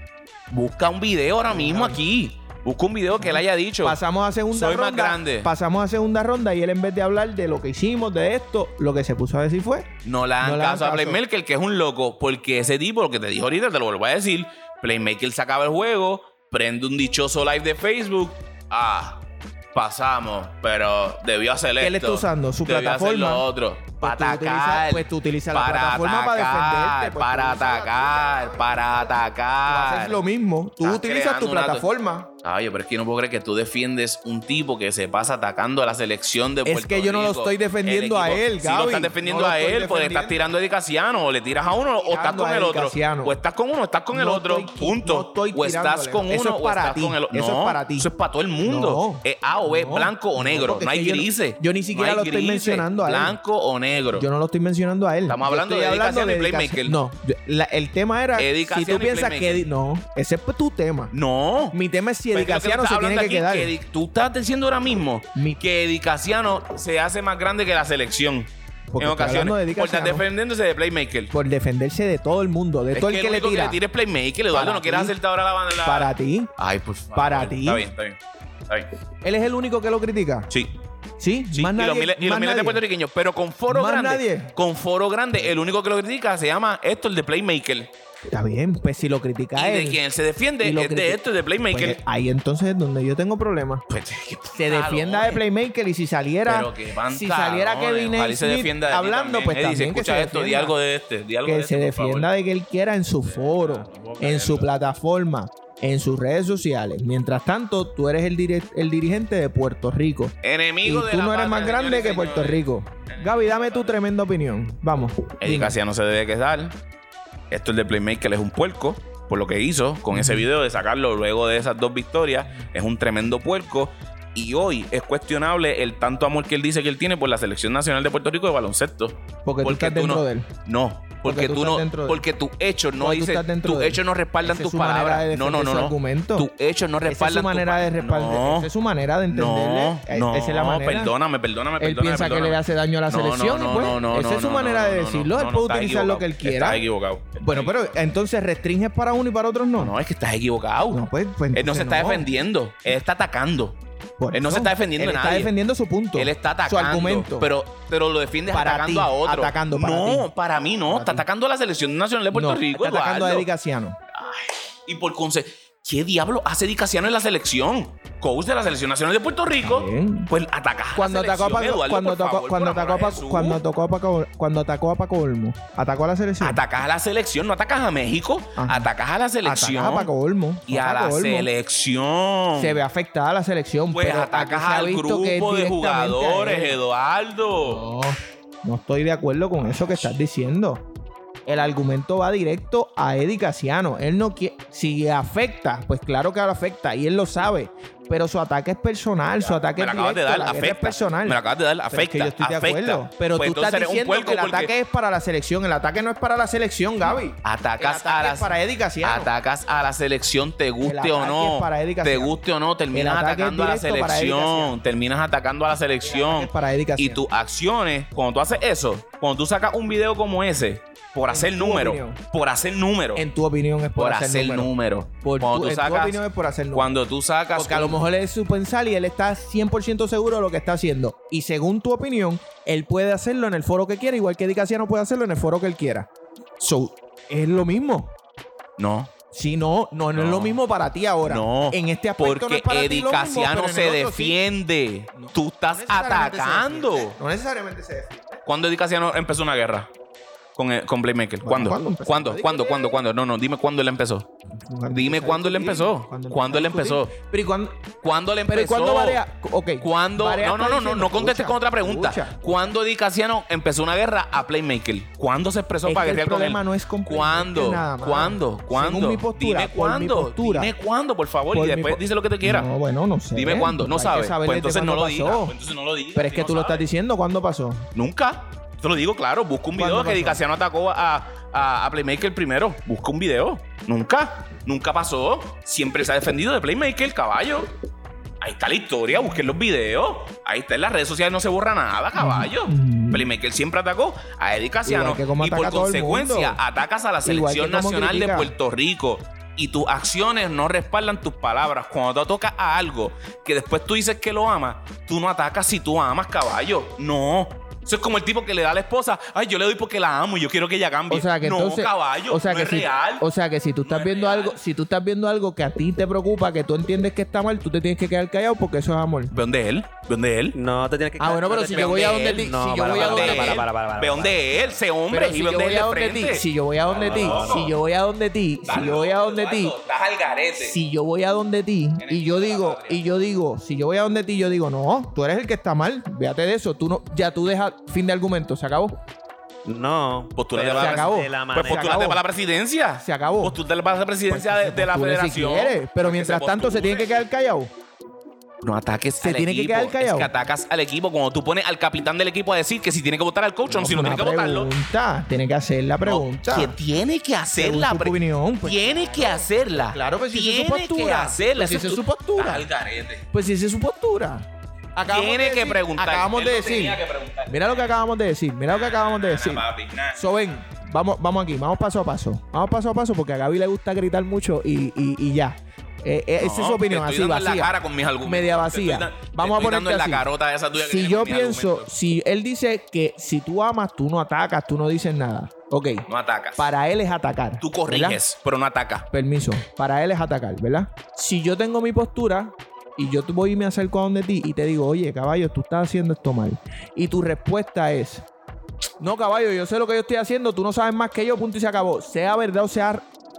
Busca un video ahora mismo aquí. Busca un video que él haya dicho. Pasamos a segunda Soy ronda. más grande. Pasamos a segunda ronda y él, en vez de hablar de lo que hicimos, de esto, lo que se puso a decir fue: No le hagan no le hagan caso a caso. Playmaker, que es un loco. Porque ese tipo, lo que te dijo ahorita, te lo vuelvo a decir. Playmaker sacaba el juego, prende un dichoso live de Facebook. Ah, pasamos, pero debió hacer esto. ¿Qué le está usando? Su debió plataforma. hacer lo otro. Pues Para tú atacar. utilizas- pues tú utilizas la para plataforma atacar, para defenderte, pues para tú usas la atacar, para Tú atacar. haces lo mismo. Tú Estás utilizas creando tu una- plataforma. Ay, pero es que yo no puedo creer que tú defiendes un tipo que se pasa atacando a la selección de Puerto Es que yo no lo Rico. estoy defendiendo El a equipo- él, Si lo Gaby. estás defendiendo No lo a estoy él, pues defendiendo. estás tirando a Edicaciano. O le tiras a uno o estás Tirando con a el otro. Edicaciano. O estás con uno o estás con el No otro. estoy- Punto. no estoy o estás tirándole. con Eso uno es o para estás ti. con el otro. Eso No, es para ti. Eso es para todo el mundo. No. Es A o B, No. blanco o negro. porque No, es hay que yo no- grises. yo ni siquiera No lo hay estoy grises. mencionando a él. Blanco o negro. Yo no lo estoy mencionando a él. Estamos Yo hablando estoy de Edicaciano y Edicaciano. Playmaker. No, yo- la- el tema era si Edicaciano tú y piensas que Playmaker. Edi- no, ese es tu tema. No. Mi tema es si Pero es que lo que Edicaciano estás se tiene hablando que aquí, quedar. Edi- tú estás diciendo ahora mismo Mi- que Edicaciano se hace más grande que la selección. Porque en estoy ocasiones. hablando de Por estar Edicaciano. defendiéndose de Playmaker. Por defenderse de todo el mundo, de Es todo que el que el le único tira. que le tira es Playmaker, Eduardo. Para No quieres ti. hacerte ahora la banda. Para ti. Ay, por favor. Para ti. Está bien, está bien. Está bien. Él es el único que lo critica. Sí. Sí, Sí, más y nadie. los miles, y los más miles de nadie. puertorriqueños, pero con foro Más grande. nadie. Con foro grande, el único que lo critica se llama esto, el de Playmaker. Está bien, pues si lo critica Y a de él. quien él se defiende y lo es de criti- esto, de Playmaker. Pues ahí entonces es donde yo tengo problemas. Pues, Se defienda de Playmaker y si saliera Pero que si saliera Kevin Ojalá y se Smith defienda de ti hablando, también. pues Eddie, si también que escucha se esto, di defienda. algo de este. Di algo Que de se este, por defienda favor. de que él quiera en su foro, en su plataforma, en sus redes sociales. Mientras tanto, tú eres el, dir- el dirigente de Puerto Rico. Enemigo y de tú la no eres patria, más grande señores y que Puerto señores. Rico. Gaby, dame tu tremenda opinión. Vamos. Eddie Casiano se debe quedar. Esto el de Playmaker es un puerco por lo que hizo con ese video de sacarlo luego de esas dos victorias. Es un tremendo puerco. Y hoy es cuestionable el tanto amor que él dice que él tiene por la Selección Nacional de Puerto Rico de baloncesto. Porque tú estás dentro no, de él. No, porque, Porque tú tú estás no, dentro de él. porque tus hechos no Porque tú dicen, estás dentro tus de él. hechos no respaldan Esa tus es su manera palabras. de No, no, defender no, su no. argumento. Tus hechos no Esa es respaldan su manera de tus respaldar. No, Esa es su manera de entenderle. no, Esa no, es la manera. perdóname, perdóname, Él perdóname. piensa perdóname. que le hace daño a la No, selección no, y pues no, no, esa no, es su no, manera no, de no, decirlo. no, Él no, puede estás utilizar lo equivocado. que él quiera. Estás equivocado. Bueno, pero entonces restringes para uno y para otros no. No, es que estás equivocado. No, pues, pues Él no se entonces está defendiendo. Él está atacando. Por Él no eso, se está defendiendo él a está nadie. defendiendo su punto. Él está atacando. Su argumento. Pero, pero lo defiendes Para atacando ti, a otro. atacando para no, ti. para mí no. Para está ti. atacando a la Selección Nacional de Puerto no, Rico, está atacando Eduardo. a Eddie Casiano. Y por consecuencia, ¿qué diablo hace Eddie Casiano en la selección? Coach de la Selección Nacional de Puerto Rico. Bien. Pues atacas a Cuando la atacó a selección, Paco, Eduardo, cuando por atacó, favor, cuando por atacó a amor a Paco, Jesús. cuando atacó a Paco, cuando atacó a Paco Olmo, atacó a la selección. Atacas a la selección, no atacas a México. Ajá. Atacas a la selección. Atacas a Paco Olmo. y a Paco la Olmo. selección. Se ve afectada la selección. Pues pero atacas aquí se ha al visto que es grupo de directamente a jugadores, él. Eduardo. No, no estoy de acuerdo con eso que estás diciendo. El argumento va directo a Eddie Casiano. Él no quiere. Si afecta, pues claro que lo afecta y él lo sabe. Pero su ataque es personal, su ataque Me lo es acabas de directo, dar, la guerra es afecta. personal. Me lo acabas de dar, Pero afecta. es que yo estoy de afecta. acuerdo. Pero Pues tú estás entonces eres un diciendo puerco que el porque ataque es para la selección. El ataque no es para la selección, Gaby. Atacas el a ataque la es para Eddie Casiano. Atacas a la selección, te guste ataque o no. es para Eddie Te Casiano. guste o no, terminas El ataque es atacando a la directo para Eddie selección. Casiano. Terminas atacando a la El ataque selección. es para Eddie Casiano. Y tus acciones, cuando tú haces eso, cuando tú sacas un video como ese, por hacer tu número, opinión. por hacer número, En tu opinión es por, por hacer, hacer número. número. Por Cuando tu, tú en tu sacas, opinión es por hacer número. cuando tú sacas Porque a lo un- mejor es su pensar y él está cien por ciento seguro de lo que está haciendo. Y según tu opinión, él puede hacerlo en el foro que quiera, igual que Eddie Casiano puede hacerlo en el foro que él quiera. So, es lo mismo. No. Si no, no, no, No. es lo mismo para ti ahora. No, En este aspecto porque no es para ti Eddie lo mismo, Casiano pero en se el otro sí. defiende. No. Tú estás No necesariamente se atacando. defiende. No necesariamente se defiende. ¿Cuándo Eddie Casiano empezó una guerra? Con, el- con Playmaker. Bueno, ¿Cuándo? ¿cuándo empezó? ¿Cuándo? Nadie ¿Cuándo? quiere- ¿Cuándo? ¿Cuándo? No, no, dime cuándo él empezó. Dime cuándo él empezó. ¿Cuándo él empezó? Pero ¿y cuándo? ¿Cuándo él Pero ¿y empezó? cuándo varía? Ok. ¿Cuándo? Varea No, no, está no, no, diciendo, no contestes escucha, con otra pregunta. escucha. ¿Cuándo Eddie Casiano empezó una guerra a Playmaker? ¿Cuándo se expresó Es para que el guerrear con él? problema no es con ¿Cuándo? Playmaker nada más. ¿Cuándo? ¿Cuándo? Según mi postura, Dime por mi cuándo. postura. Dime cuándo, por favor, Por y mi después po- dice lo que te quiera. No, bueno, no sé. Dime cuándo. No Hay que sabes. saber Pues desde entonces no cuándo lo digas. pasó. Pues entonces no lo digas. Pero es si que no tú lo estás sabes. diciendo. ¿Cuándo pasó? Nunca. Te lo digo claro. Busca un video ¿Cuándo que Eddie pasó? Casiano atacó a, a, a Playmaker primero. Busca un video. Nunca. Nunca pasó. Siempre se ha defendido de Playmaker, caballo. Ahí está la historia. Busquen los videos. Ahí está en las redes sociales. No se borra nada, caballo. Mm. Playmaker siempre atacó a Eddie Casiano. Igual que como Y ataca por a todo el consecuencia, mundo. atacas a la Igual selección que como nacional de critica. Puerto Rico. Y tus acciones no respaldan tus palabras. Cuando tú tocas a algo que después tú dices que lo amas, tú no atacas si tú amas, caballo. No. Eso es como el tipo que le da a la esposa, ay, yo le doy porque la amo y yo quiero que ella cambie. O sea que no, entonces, caballo, o sea no que es si, real. O sea que si tú estás es viendo real. algo, si tú estás viendo algo que a ti te preocupa, que tú entiendes que está mal, tú te tienes que quedar callado porque eso es amor. ¿Ve dónde él? ¿Ve dónde él? No te tienes que Ah, bueno, pero no te si tienes yo voy que- a donde ti, No, si yo para, voy a para, donde para, ti, para, para, para, para. ¿Ve dónde él? Sé hombre pero y si ve yo dónde voy él a de donde ti, frente. si yo voy a donde ti, No, no. si yo voy a donde ti, si yo voy a donde ti, Estás al garete. si yo voy a donde ti y yo digo, y yo digo, si yo voy a donde ti, yo digo, no, tú eres el que está mal, véate de eso, tú no, ya tú dejas fin de argumento, se acabó, No. Postúlate pero para se la acabó. de la Pues manera- Se postúlate acabó. para la presidencia. se acabó. Postúlate para la presidencia Pues, de, de la postule si federación. quiere, pero Para que mientras se tanto se tiene que postule. quedar callado. No ataques Se al tiene que equipo. quedar callado. Es que atacas al equipo cuando tú pones al capitán del equipo a decir que si tiene que votar al coach o no, si no Una tiene que votarlo. pregunta, tiene que hacer la pregunta. No, que tiene que hacer Según la su pre- opinión, pues, tiene que hacerla. Claro, pues, si esa es su tiene postura. que hacerla. Pues, si Esa esa es su postura. Estás al garete. Pues si esa es su postura. Acabamos Tiene de que decir- preguntar. Acabamos Él de no decir. tenía que preguntar. Mira lo que acabamos de decir. Mira lo que acabamos de decir. Nah, papi, nah. So, ven, vamos, vamos aquí, vamos paso a paso. Vamos paso a paso porque a Gaby le gusta gritar mucho y, y, y ya. Eh, eh, esa es No, su opinión, te así estoy dando en vacía. la cara con mis argumentos. Media Te vacía. estoy da- Vamos a te estoy dando ponerte en la así. carota esa tuya que Si tienes yo con mis pienso, argumentos. si él dice que si tú amas, tú no atacas, tú no dices nada. Ok. No atacas. Para él es atacar. Tú ¿verdad? corriges, pero no atacas. Permiso. Para él es atacar, ¿verdad? Si yo tengo mi postura y yo te voy y me acerco a donde ti y te digo, oye, caballo, tú estás haciendo esto mal. Y tu respuesta es, no, caballo, yo sé lo que yo estoy haciendo, tú no sabes más que yo, punto y se acabó. Sea verdad o sea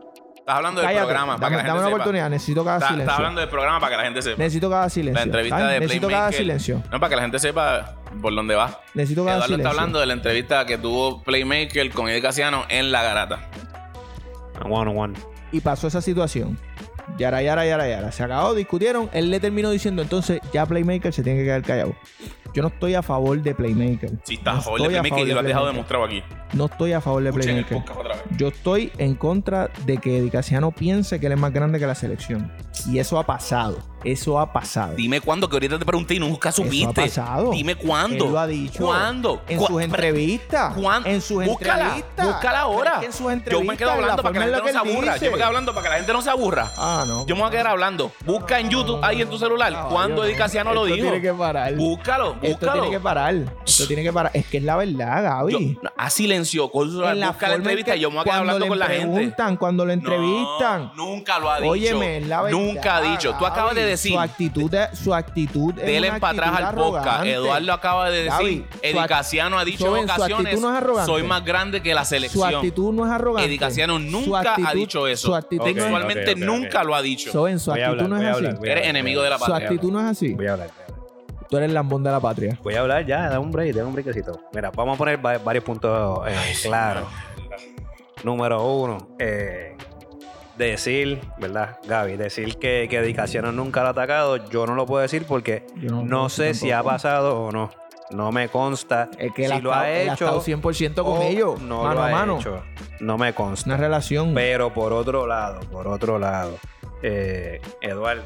Estás hablando del Cállate, programa para dame, que la dame gente una sepa. oportunidad. Necesito cada Estás silencio. estás hablando del programa para que la gente sepa. Necesito cada silencio. La entrevista ¿Está? de Necesito Playmaker. cada silencio. No, para que la gente sepa por dónde va. Necesito cada Eduardo silencio. está hablando de la entrevista que tuvo Playmaker con Eddie Casiano en La Garata. One on one. Y pasó esa situación. Yara, yara, yara, yara. Se acabó, discutieron. Él le terminó diciendo, entonces ya Playmaker se tiene que quedar callado. Yo no estoy a favor de Playmaker. Si estás no a favor de estoy a Playmaker favor y de lo has dejado Playmaker. demostrado aquí. No estoy a favor de Escuchen el Playmaker. podcast otra vez. Yo estoy en contra de que Eddie Casiano piense que él es más grande que la selección. Y eso ha pasado. Eso ha pasado. Dime cuándo, que ahorita te pregunté y nunca supiste. Eso ha pasado. Dime cuándo. Él lo ha dicho. ¿Cuándo? En ¿Cu- sus entrevistas. ¿Cuándo? En sus Búscala, entrevistas. búscala ahora. Es que en sus Yo entrevistas, me quedo hablando para que la gente no se aburra. dice. Yo me quedo hablando para que la gente no se aburra. Ah, no. Yo me voy a quedar hablando. Busca en YouTube, ahí en tu celular, No, cuándo yo Eddie no. Casiano lo Esto dijo. tiene que parar. Búscalo, Esto búscalo. tiene que parar. Esto tiene que parar. Es que es la verdad, Gaby. Yo, a silencio, con su En la busca la forma en entrevista que y yo me voy a quedar cuando hablando le con la gente. preguntan, Cuando le entrevistan. No, nunca lo ha dicho. Óyeme, es la verdad. Nunca ha dicho. Tú Gaby. acabas de decir. Su actitud, es- su actitud es Dele una para atrás actitud al podcast. arrogante. Eduardo acaba de decir. Gaby, su Eddie act- Casiano ha dicho Joven, en su ocasiones. actitud no es arrogante. Soy más grande que la Su selección. actitud no es arrogante. Eddie Casiano Su nunca actitud- ha dicho eso. Su actitud, Ok, no, es, Textualmente ok, ok, nunca ok. lo ha dicho. Joven, su Voy a actitud hablar, no voy a es así. hablar, voy a Eres hablar, enemigo voy de a la Su patria. actitud no es así. Voy a hablar, voy a hablar. Tú eres el lambón de la patria. Voy a hablar ya, da un break, da un breakcito. Mira, vamos a poner va- varios puntos eh, claros. Número uno, eh, decir, ¿verdad, Gaby? Decir que, que Eddie Casiano nunca lo ha atacado, yo no lo puedo decir porque Yo no no, lo puedo sé decir si ha tampoco. pasado o no. No me consta Es que él, si ha lo estado, ha él ha hecho estado cien por ciento con o ellos. no mano lo a ha mano. hecho. No me consta. Una relación. Pero por otro lado, por otro lado, eh, Eduardo,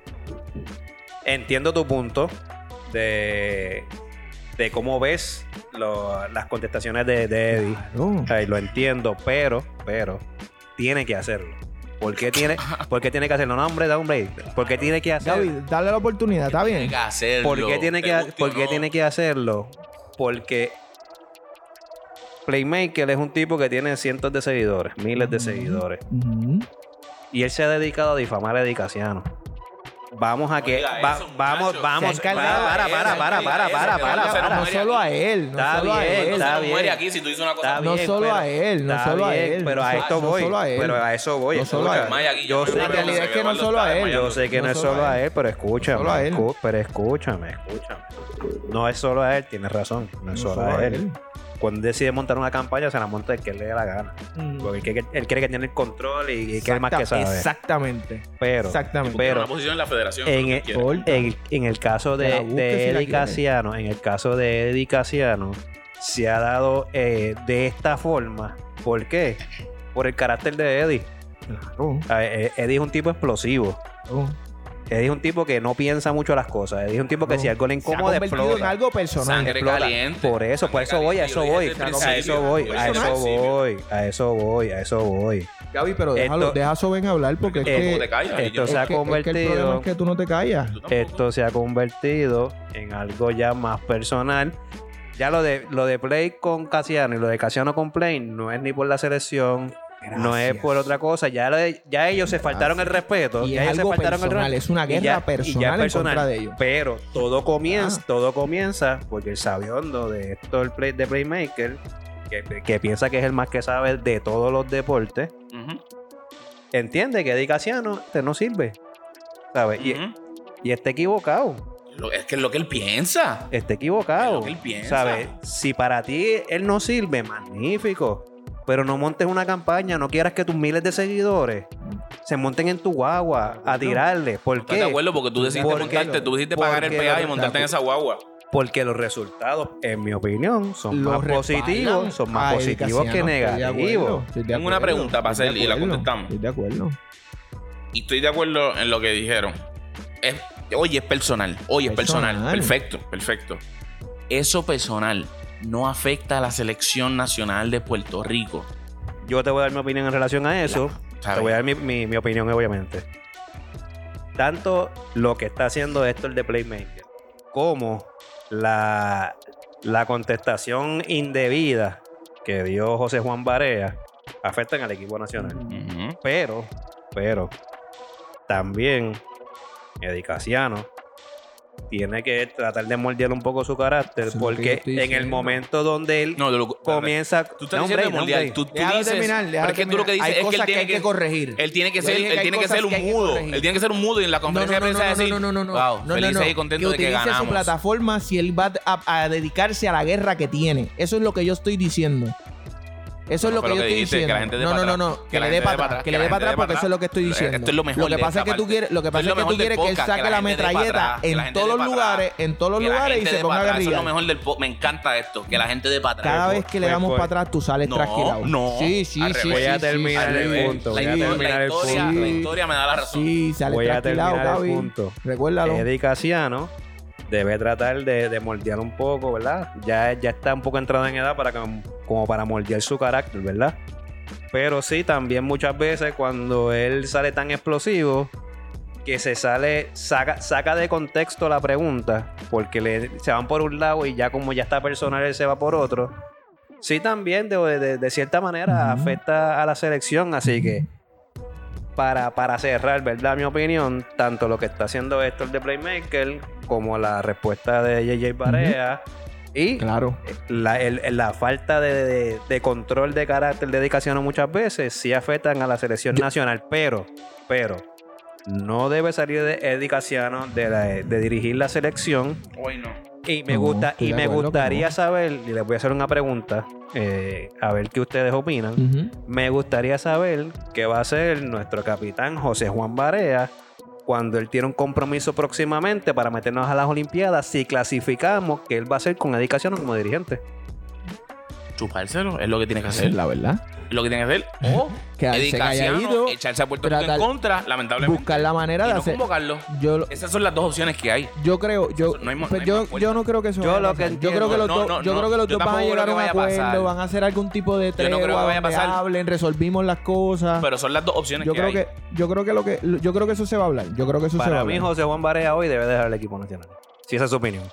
entiendo tu punto de, de cómo ves lo- las contestaciones de, de Eddie. Claro. Ay, lo entiendo, pero, pero, tiene que hacerlo. ¿Por qué tiene, por qué tiene que hacerlo? No, hombre, da un break. ¿Por qué tiene que hacerlo? Gaby, dale la oportunidad, ¿está Tiene bien? que hacerlo. ¿Por qué tiene te que, guste por o qué no. tiene que hacerlo? Porque Playmaker es un tipo que tiene cientos de seguidores, miles de seguidores. Ujú. Y él se ha dedicado a difamar a Eddie Casiano. Vamos a No que. diga va- eso, vamos, muchacho. vamos. Se ha encargado Para, de para, él, para, se para, ha para, encargado para, de él, para. No muere solo aquí. a él, no Está solo a bien, él. está No bien. muere aquí si tú dices una cosa. Está No bien, solo pero- a él, no está solo a bien, él, pero no a so- esto no voy. solo a él. Pero a eso voy. No solo a escucha. él. Maya, aquí, Yo me sé da La que pena realidad es que no Eduardo solo está a él. desmayando. Yo sé que no, No es solo solo a a él. él, pero escúchame. Solo a él. escu- pero escúchame, escúchame. No es solo a él, tienes razón. No es solo a él. Cuando decide montar una campaña, se la monta el que le dé la gana. Mm. Porque él, quiere- él quiere que tiene el control y, y que es más que Exacta- sabe. Exactamente. Pero, Exactamente. Pero pero una posición en la federación. en lo que el, quiere. Corta. en, en el caso Que de, la busque de si la Eddie quiere. Casiano, en el caso de Eddie Casiano, se ha dado eh, de esta forma. ¿Por qué? Por el carácter de Eddie. Claro, Ah, eh, Eddie es un tipo explosivo. claro. Eddie es un tipo que no piensa mucho las cosas. Eddie es un tipo que Claro. si algo le Se ha incomoda, convertido en explota. algo personal. Sangre Explota. caliente. Por eso, por eso Sangre voy, a caliente, eso yo voy. dije desde el A eso principio. voy, Yo a dije desde eso el principio. voy, a eso voy, a eso voy. Gaby, pero déjalo, Esto- deja a Soben hablar porque es Eh, que, ¿Cómo te callas? esto Yo- se ha es que- es que el convertido- problema es que tú no te callas. Tú tampoco. Esto se ha convertido en algo ya más personal. Ya lo de lo de Play con Casiano y lo de Casiano con Play no es ni por la selección, no es Gracias. por otra cosa. Ya, lo de- ya ellos se faltaron el respeto. Y ya es ellos algo se faltaron el personal, respeto. es una Y guerra ya- y ya personal es en contra de ellos. Pero todo comienza, Ah. todo comienza porque el sabiondo de esto el play, de Playmaker, que, que piensa que es el más que sabe de todos los deportes, Ujú, entiende que Eddie Casiano te no sirve. ¿Sabes? Y, ujú. y está equivocado. Lo- Es que es lo que él piensa. Está equivocado. Es lo que él piensa. ¿Sabes? Si para ti él no sirve, magnífico. Pero no montes una campaña, no quieras que tus miles de seguidores se monten en tu guagua a tirarle. ¿Por ¿Estás qué? de acuerdo? Porque tú decidiste Porque- montarte, tú decidiste pagar el porque peaje y lo- montarte en esa guagua. Porque los resultados, en mi opinión, son Los más respaldan positivos, son más a Eddie positivos que Casiano. Estoy de acuerdo, negativos. estoy de Tengo una acuerdo, pregunta para estoy de hacer y la acuerdo, contestamos. Estoy de acuerdo. Y estoy de acuerdo en lo que dijeron. Es, oye, es personal. Oye, es personal. Personal. Perfecto, perfecto. Eso personal no afecta a la selección nacional de Puerto Rico. Yo te voy a dar mi opinión en relación a eso. Está Te voy a dar bien. mi, mi- mi opinión, obviamente. Tanto lo que está haciendo esto el de Playmaker, como la, la contestación indebida que dio José Juan Barea, afectan al equipo nacional. Ujú. Pero, pero, también Eddie Casiano tiene que tratar de moldear un poco su carácter, Eso porque en el momento donde él no, lo, comienza... Tú estás diciendo de moldear. Tú, tú dices... Terminar, pero es que tú lo que dices hay es que él cosas tiene que hay que corregir. Él tiene que Yo ser, dije él hay tiene que cosas ser un que hay que mudo. corregir. Él tiene que ser un mudo y en la conferencia de prensa decir... No, no, no, no, wow, no, feliz no, no. y contento de que utilice ganamos. su plataforma si él va a, a dedicarse a la guerra que tiene. Eso es lo que yo estoy diciendo. Eso es No, lo que pero yo que estoy dijiste, diciendo. que la gente dé no, pa' no, no, atrás. no, Que que la le dé gente para dé pa' atrás, atrás, que que le la dé para gente atrás dé pa' porque eso es lo que estoy atrás. diciendo. Esto es lo mejor Lo que de pasa es esta que tú parte. quieres, lo que Esto pasa es es lo que tú mejor del quieres que él podcast, que saque la la gente dé pa' metralleta atrás, que la en gente todos dé los pa' lugares, atrás. en todos los Que la lugares y gente se dé ponga pa' a atrás. Eso es lo guerrillar. mejor del po- Me encanta esto. Que la gente dé para atrás. Cada vez que le Pues, damos pues. para atrás, tú sales No, trasquilado. no. Sí, sí, Al sí. revés. Voy a sí, terminar sí, el sí. punto. La Voy a historia- terminar la el historia- punto. La historia me da la razón. Sí, sales Voy a trasquilado, terminar el Gaby. punto. Recuérdalo. Eddie Casiano debe tratar de, de moldear un poco, ¿verdad? Ya, ya está un poco entrado en edad para que, como para moldear su carácter, ¿verdad? Pero sí, también muchas veces cuando él sale tan explosivo que se sale, saca, saca de contexto la pregunta, porque le, se van por un lado y ya como ya está personal él se va por otro. Sí, también de, de, de cierta manera Ujú. afecta a la selección, así que para, para cerrar, ¿verdad? Mi opinión, tanto lo que está haciendo Héctor de Playmaker como la respuesta de J J Barea y Claro. la, el- la falta de, de- de control de carácter, de dedicación muchas veces sí afectan a la selección nacional, pero, pero no debe salir de Eddie Casiano de, la- de dirigir la selección. Hoy no. Y me No, gusta estoy y de me acuerdo que gustaría no. saber, y les voy a hacer una pregunta, eh, a ver qué ustedes opinan. Ujú. Me gustaría saber qué va a hacer nuestro capitán José Juan Barea cuando él tiene un compromiso próximamente para meternos a las Olimpiadas si clasificamos, que él va a hacer con Eddie Casiano como dirigente. Chupárselo es lo que tiene que Esa hacer. es la verdad. Es lo que tiene que hacer. O Quedarse Eddie Casiano, calladito, echarse a Puerto Rico tratar- en contra, lamentablemente. buscar la manera y de no hacer. convocarlo. Yo, lo- Esas son las dos opciones que hay. yo creo, yo, No hay mo- pues no hay yo, más vuelta. yo no creo que eso Yo vaya a lo pasar. que yo creo que entiendo- los no, dos, no, yo no, creo que los yo dos van a tampoco llegar a creo un que vaya a pasar. acuerdo, van a hacer algún tipo de Yo no creo tregua que vaya a donde pasar. hablen, resolvimos las cosas. Pero son las dos opciones Yo que creo hay. que, yo creo que lo que, yo creo que eso se va a hablar. Yo creo que eso se va a Para hablar. mí José Juan Barea hoy debe dejar el equipo nacional. Si esa es su opinión.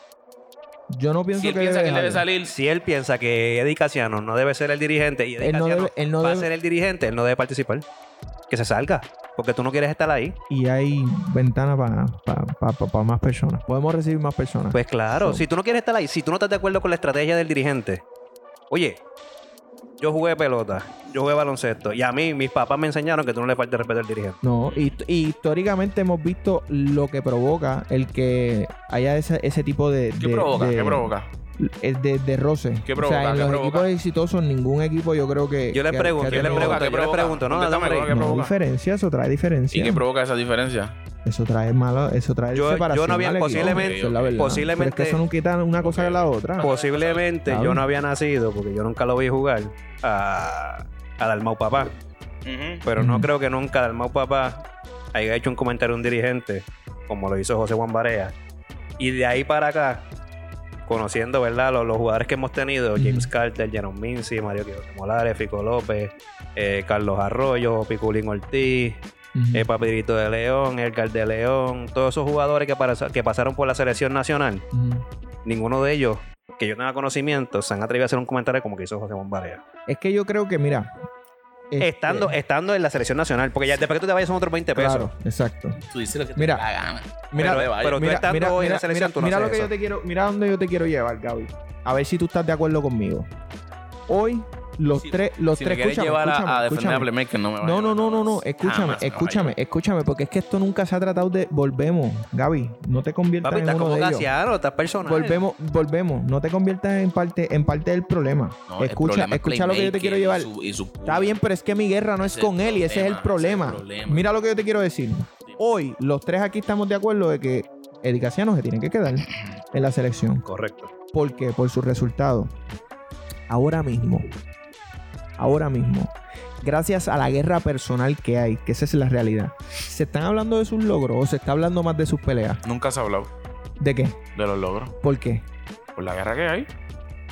Yo no pienso Si él que piensa que él debe dejarlo. salir, Si él piensa que Eddie Casiano no debe ser el dirigente y Eddie Él no Casiano debe- él no va debe- a ser el dirigente, él no debe participar. Que se salga. Porque tú no quieres estar ahí. Y hay ventana para pa, pa, pa- pa más personas. Podemos recibir más personas. Pues claro, So- si tú no quieres estar ahí, si tú no estás de acuerdo con la estrategia del dirigente, oye, yo jugué pelota, yo jugué baloncesto, y a mí mis papás me enseñaron que tú no le faltes respeto al dirigente. No, y, y históricamente hemos visto lo que provoca el que haya ese, ese tipo de... ¿qué de- provoca? de- ¿Qué provoca? es de, de roce. ¿Qué o provoca? sea, en ¿Qué los provoca? equipos exitosos, ningún equipo yo creo que... Yo les que- pregunto, que ha yo les tenido- pregunto, ¿Qué yo les provoca? pregunto, no, Contéstame, dame ¿qué break. No, provoca? diferencia, eso trae ¿Y diferencia. qué provoca esa diferencia? Eso trae malo, eso trae Yo- separación yo no había- al equipo. posiblemente- Eso es la verdad. posiblemente- Pero es que eso no quita una cosa de la otra. Posiblemente Claro. yo no había nacido, porque yo nunca lo vi jugar, a, a Dalmau Papá. Ujú. Pero no Ujú. creo que nunca Dalmau Papá haya hecho un comentario a un dirigente, como lo hizo José Juan Barea. Y de ahí para acá, conociendo, ¿verdad? Los, los jugadores que hemos tenido, Ujú. James Carter, Jaron Mincy, Mario Quijote Molares, Fico López, eh, Carlos Arroyo, Piculín Ortiz, Ujú. eh, Papirito de León, Edgar de León, todos esos jugadores que, para- que pasaron por la selección nacional, Ujú. ninguno de ellos, que yo tenga conocimiento, se han atrevido a hacer un comentario como que hizo José Juan Barea. Es que yo creo que, mira... este, Estando, estando en la selección nacional, porque ya después que tú te vayas son otros veinte pesos. Claro, exacto. Tú dices lo que te Mira, da la gana. Mira, pero, pero tú mira, estando mira, hoy en mira, la selección, mira, tú no mira haces lo que eso. yo te quiero, mira dónde yo te quiero llevar, Gaby. A ver si tú estás de acuerdo conmigo. Hoy los Si- tres, los si tres, me quieres escúchame, llevar a- escúchame, a, defender escúchame. a Playmaker, no me va a No, no, llevar no, no, nada no. más. Escúchame, Jamás me va a escúchame, llevar. escúchame, porque es que esto nunca se ha tratado de volvemos, Gaby. No te conviertas Papi, en estás uno como de ellos. Casiano, estás personal. Volvemos, volvemos. No te conviertas en parte, en parte del problema. No, el escucha, problema es escucha lo que yo te Playmaker quiero y llevar. su- y su- Está bien, pero es que mi guerra no es Ese es con el él y ese es el problema, ese es el problema. problema. Mira lo que yo te quiero decir. Hoy, los tres aquí estamos de acuerdo de que Eddie Casiano se tiene que quedar en la selección. Correcto. ¿Por qué? Por sus resultados. Ahora mismo, ahora mismo, gracias a la guerra personal que hay, que esa es la realidad, ¿se están hablando de sus logros o se está hablando más de sus peleas? Nunca se ha hablado ¿De qué? de los logros. ¿Por qué? Por la guerra que hay.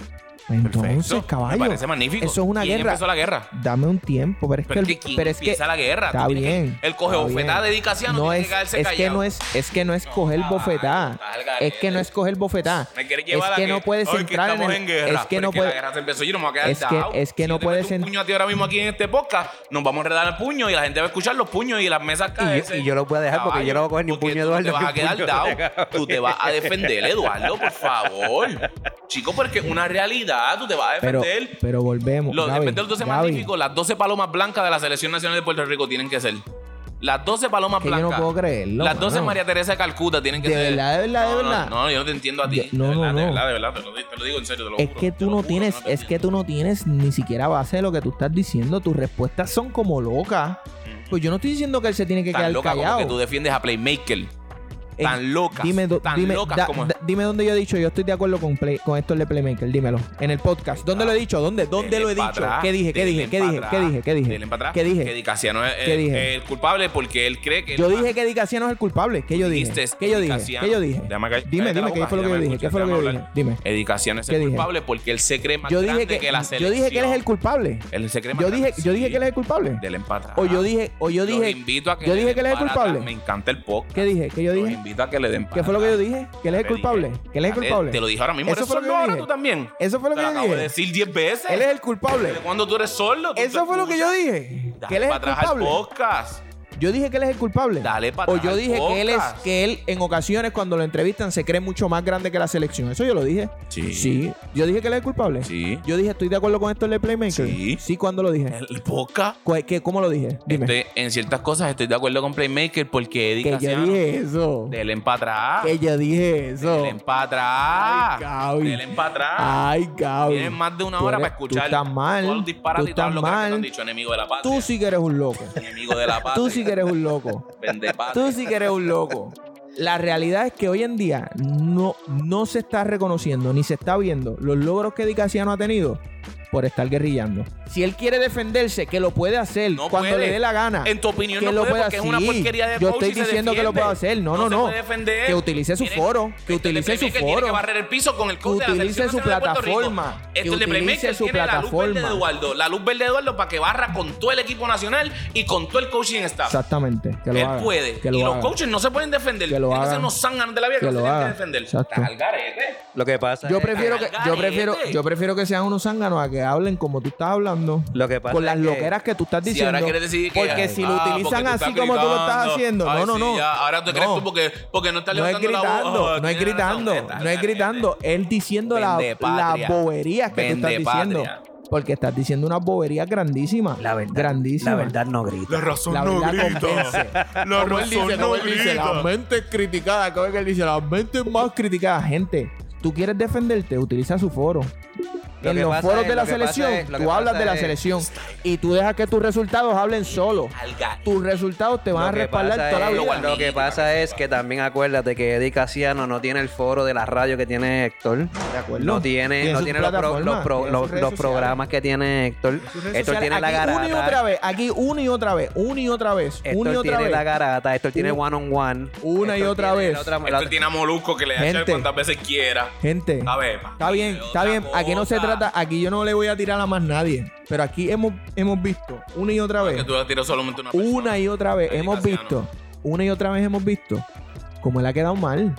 Entonces, Perfecto. caballo. Me parece magnífico. Eso es una ¿Quién guerra. empezó la guerra? Dame un tiempo, pero es Pero que... es que ¿quién pero es que empieza la guerra? Está Tú tienes bien. que- El coge está bofetada bien. de Dicasiano no tiene es, que caerse es que callado. no es, es que no es coger caballo, bofetada. estás al garete. Es que no es coger bofetada. Me quieres Es llevar a que no puedes "Ay, que entrar en estamos el... en guerra". Es que Pero no es que puedes... la guerra se empezó y yo no me voy a quedar Es que- dado. es que Si no yo te puedes meto un en- puño a ti ahora mismo aquí en este podcast, nos vamos a enredar el puño y la gente va a escuchar los puños y las mesas Y caerse. yo, y yo lo voy a dejar porque yo no voy a coger ni un Porque puño tú de no te Eduardo. vas a ni un quedar puño dado. de Gaby. Tú te vas a defender, Eduardo, por favor. Chico, porque es una realidad. Tú te vas a Pero, defender. pero volvemos. Los, Gaby, en vez de los doce Gaby, magníficos, las doce palomas blancas de la Selección Nacional de Puerto Rico tienen que ser. Las doce palomas que yo blancas. no puedo creerlo. Las doce mano. María Teresa de Calcuta tienen que De ser. verdad, de verdad, de no, verdad. No, no, yo no te entiendo a ti. Yo- no, de no, verdad, de no. verdad, de verdad. Te lo, te lo digo en serio, te lo Es juro. que te tú lo no juro, tienes, te es que tú no tienes ni siquiera base de lo que tú estás diciendo. Tus respuestas son como locas. Ujú. Pues yo no estoy diciendo que él se tiene que Tan quedar loca callado. como que tú defiendes a Playmaker. Eh, Tan locas. Dime, do- tan dime, locas da- como da- dime dónde yo he dicho, yo estoy de acuerdo con, play, con esto de Playmaker, dímelo. En el podcast. ¿Dónde lo he dicho? ¿Dónde? ¿Dónde lo he dicho? ¿Qué dije? ¿Qué dije? ¿Qué dije? ¿Qué dije? ¿Qué dije? ¿Qué dije? Que Dicasiano es ¿Qué el, dije? el culpable porque él cree que... Yo él- dije que Dicasiano es el culpable. ¿Qué yo dije? Dijiste ¿Qué yo dije? Dicasiano. ¿Qué yo dije? Déjame call- Dime, cállate la dime, ¿qué boca, fue lo que yo déjame dije? ¿Qué escuchar, fue lo que yo déjame dije? hablar. Dime. Edicación es ¿Qué el dije? culpable porque él se cree más Yo grande dije que, que, la yo selección. dije que él es el culpable. Él se cree más Yo dije, grande, yo dije sí, que él es el culpable. del empate. O yo dije, o yo Los dije, invito a que yo le dije den que él es el para atrás. culpable. Me encanta el podcast. ¿Qué dije? ¿Qué yo Los dije? invito a que le den para ¿Qué fue lo que yo atrás. dije? Que él es el Te culpable. dije. Que él es el Dale, culpable. Te lo dije ahora mismo. Eso ¿Eres fue lo que sordo yo ahora dije. tú también? Eso fue lo Te que yo acabo de dije. decir diez veces. Él es el culpable. ¿Desde cuándo tú eres sordo? ¿Tú Eso te fue lo que yo escuchas? dije. Dale Que él es el para atrás al culpable. podcast. Yo dije que él es el culpable. Dale para O atrás yo al dije que él es podcast. que él en ocasiones cuando lo entrevistan se cree mucho más grande que la selección. Eso yo lo dije. Sí. Sí. Yo dije que él es el culpable. Sí. Yo dije, estoy de acuerdo con esto del Playmaker. Sí. Sí, ¿cuándo lo dije? El podcast. ¿Cu- qué- ¿Cómo lo dije? Dime. Estoy- en ciertas cosas estoy de acuerdo con Playmaker porque Eddie que yo Casiano dije eso. del para atrás. Que yo dije eso. Del para atrás. Ay, Gaby. Del para atrás. Ay, Gaby. Tienes más de una Tú hora eres- para escuchar Tú estás mal. todos los disparates Tú y todas estás las locuras que te mal. han dicho. Enemigo de la patria. Tú sí que eres un loco. Enemigo de la patria. Tú sí que eres un loco. Vende patria. Tú sí que eres un loco. La realidad es que hoy en día no, no se está reconociendo ni se está viendo los logros que Dicasiano ha tenido por estar guerrillando. Si él quiere defenderse, que lo puede hacer No cuando puede. le dé la gana. En tu opinión que no lo puede pueda porque es una sí. porquería de Yo coach estoy y se diciendo que lo defiende. puede hacer. No, no, se no. puede defender. Que utilice su Tiene- foro. Que este utilice de su Playmaker Tiene que foro. barrer el piso con el Que coach de la utilice Selección su Nacional de Puerto Rico. plataforma. Este Que de utilice Playmaker su tiene la luz verde de plataforma. Eduardo. La luz verde de Eduardo para que barra con todo el equipo nacional y con todo el coaching staff. Exactamente. Que lo Él haga. puede. Que lo y los haga. coaches no se pueden defender. Que lo Tienen que ser hagan. unos zánganos de la vida que, Que no se lo tienen que hagan. defender. Exacto. Estás al garete. Lo que pasa Yo es- prefiero que yo prefiero Garete. yo prefiero que sean unos zánganos a que hablen como tú estás hablando. Lo que pasa con es las que- loqueras que tú estás Si diciendo. ahora quieres decir que porque si lo ah, utilizan porque tú así estás como tú lo estás gritando. haciendo. Ay, no, no, sí, no. ya, ahora tú crees No. tú porque, porque no estás No es levantando la voz. gritando, Oh, no es tienes gritando, razón, no es está gritando. Él diciendo la- Vende patria. las boberías que tú estás Vende diciendo. patria. Porque estás diciendo unas boberías grandísimas. La verdad, Grandísimas. la verdad no grita. razón La verdad convence. La Como él dice, como él dice, las mentes criticadas. Como es que él dice, las mentes más criticadas. Gente, tú quieres defenderte, utiliza su foro. Lo En que los pasa foros es- de la lo que pasa selección, es- lo que tú hablas pasa de la es- selección y tú dejas que tus resultados hablen solo. Al garete. Tus resultados te van a Lo que respaldar pasa toda la es- vida. Igual Lo que pasa es que también acuérdate que Eddie Casiano no tiene el foro de la radio que tiene Héctor. De acuerdo. No tiene, Tiene no su tiene los, pro- plataforma, los, pro- tiene los- sus redes los sociales. programas que tiene Héctor. Sus redes Héctor sociales. tiene la Aquí una y otra garata. vez, aquí una y otra vez, una y otra vez, una y Héctor otra tiene vez. la garata. Héctor tiene Un- one on one. una y Héctor otra tiene vez. la otra- la Esto otra- tiene a Molusco que le echa Gente. cuantas veces quiera. Gente, A ver, pa. está bien, Dile está otra bien. Aquí no se cosa. trata, aquí yo no le voy a tirar a más nadie. Pero aquí hemos, hemos visto una y otra Que vez, tú le tiras solamente una persona. una y otra vez, Eddie hemos Casiano. visto, una y otra vez hemos visto cómo él ha quedado mal.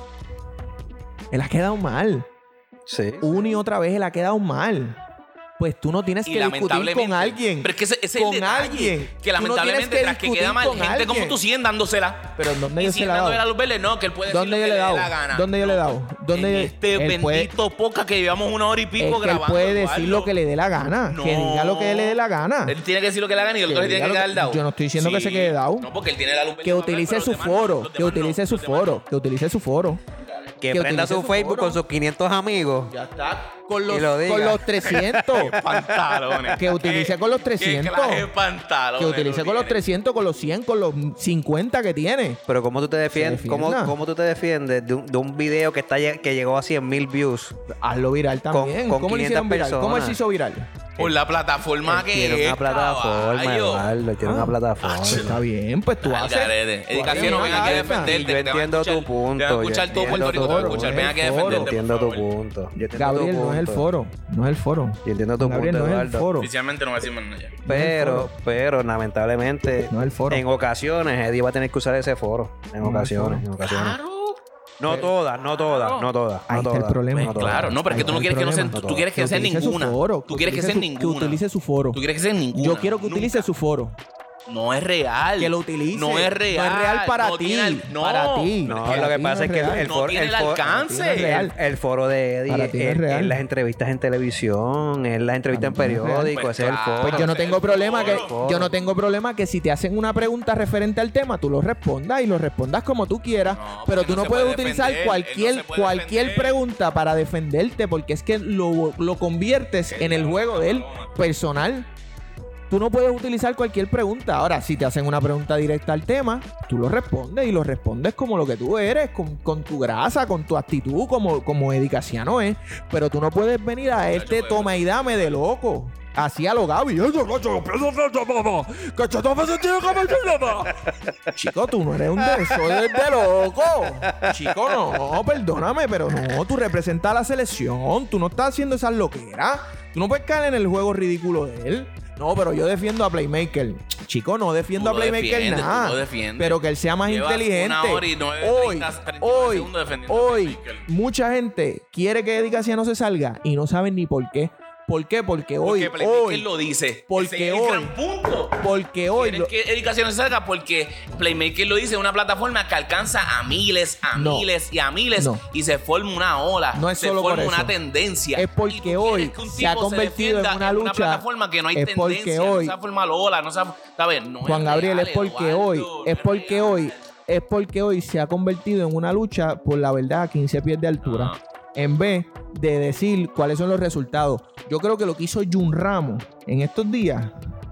Él ha quedado mal. Sí. Una y otra vez él ha quedado mal. Pues tú no tienes Y que discutir lamentablemente. con alguien. Pero es que ese, ese es el Con detalle, alguien. Que Tú no lamentablemente, tienes que tras que discutir queda mal, con gente como alguien. tú siguen dándosela. Pero ¿dónde Y yo se siguen la he dándole la dado? luz verde. No, que él puede decir ¿Dónde lo yo que le he le dé dado? la gana. ¿Dónde yo le he No. dado? ¿Dónde en yo- este él puede- bendito podcast que llevamos una hora y pico Es que él grabando. puede decir Eduardo. lo que le dé la gana. No. Que diga lo que le dé la gana. Él tiene que decir lo que le hagan y el Que otro se tiene diga que lo quedar que- dado. yo no estoy diciendo que se quede dado. No, porque él tiene la luz verde Que para hablar, utilice pero su los demás no, foro. los Que demás utilice no, su los demás foro. no. Que utilice su foro. Que que prenda utilice su su Facebook foro. con sus quinientos amigos. Ya está. Con los, Y lo diga. con los trescientos. Pantalones. Que utilice con los ¿Qué trescientos. clase de pantalones Que utilice no con los tiene? trescientos, con los cien, con los cincuenta que tiene. Pero ¿cómo tú te defiendes? Se ¿Cómo, defienda. cómo tú te defiendes de un, de un video que está lle- que llegó a cien mil views? Hazlo viral también. con ¿Cómo lo hicieron quinientas viral? ¿Cómo él personas. se hizo viral? Por la plataforma Él que tiene es, una plataforma, caballo. Eduardo, él tiene Ah. una plataforma. Pues está bien, pues tú Al haces. garete. tú Eddie haces Casiano, una ven aquí a carta. defenderte. Yo te van a entiendo escuchar- tu punto, Te van a yo escuchar todo entiendo Puerto Rico. tu Te va a punto. escuchar. Ven aquí a Yo defenderte, Yo por entiendo tu favor. punto. Yo entiendo Gabriel, tu no es el punto. foro. No es el foro. Yo entiendo tu Gabriel, punto, no es el Eduardo. foro. Oficialmente no voy a decir más nada ya. Pero, pero, lamentablemente, No es el foro. en ocasiones Eddie va a tener que usar ese foro. En No es el ocasiones, foro. en ocasiones. Claro. No todas, no todas, no todas. Ahí no está el todas, problema. no Pues todas. claro, no, pero es que tú no Ahí quieres está que no el sea, problema. tú quieres que sea utilice su ninguna. foro, Tú quieres que sea utilice su- ninguna. Que utilice su foro. Tú quieres que sea ninguna. Yo quiero que utilice Nunca. su foro. No es real. Que lo utilice. No es real. No es real para No ti. tiene el- no. Para ti. No, Para lo que ti pasa no es que el, real. el No foro, tiene el foro- alcance. no es real. el, el foro de Eddie Para es, ti no es es- real. es las entrevistas en televisión, es las entrevistas en Para ti no es real. periódicos, Pues ese es el claro. foro. Pues yo no ese es tengo el problema que foro. yo no tengo problema que si te hacen una pregunta referente al tema, tú lo respondas y lo respondas como tú quieras, No, pero porque tú no no se puedes puede utilizar defender, cualquier él no se puede cualquier defender. pregunta para defenderte porque es que lo, lo conviertes en el juego de él personal. Tú no puedes utilizar cualquier pregunta. Ahora, si te hacen una pregunta directa al tema, tú lo respondes y lo respondes como lo que tú eres, con, con tu grasa, con tu actitud, como, como Eddie Casiano es. Pero tú no puedes venir a este yo- toma y dame de loco. Así a lo Gaby. Chico, tú no eres un de eso, eres de loco. Chico, no, perdóname, pero no. Tú representas a la selección. Tú no estás haciendo esas loqueras. Tú no puedes caer en el juego ridículo de él. No, pero yo defiendo a Playmaker. Chico, no defiendo Tú a lo Playmaker defiendes, nada. tú lo defiendes. Pero que él sea más Llevas inteligente. una hora y nueve, hoy, treinta, treinta y nueve hoy, segundos defendiendo a hoy, Playmaker. mucha gente quiere que Eddie Casiano se salga y no saben ni por qué. ¿Por qué? Porque hoy, Porque Playmaker hoy, lo dice. porque Ese es el hoy- gran punto. porque hoy, Quieren lo- que Eddie Casiano se salga porque Playmaker lo dice, una plataforma que alcanza a miles, a No. miles y a miles No. y se forma una ola, No es se solo por forma eso. una tendencia. Es Y porque tú quieres hoy que un se ha tipo convertido en defienda una lucha. plataforma que no hay Es porque tendencia, hoy- no se ha formado ola, no se ha, ¿sabes? No Juan es Gabriel, real, es porque Eduardo, hoy, no es porque real. hoy, es porque hoy se ha convertido en una lucha por la verdad a quince pies de altura. Ah. En vez de decir cuáles son los resultados. Yo creo que lo que hizo Jun Ramos en estos días,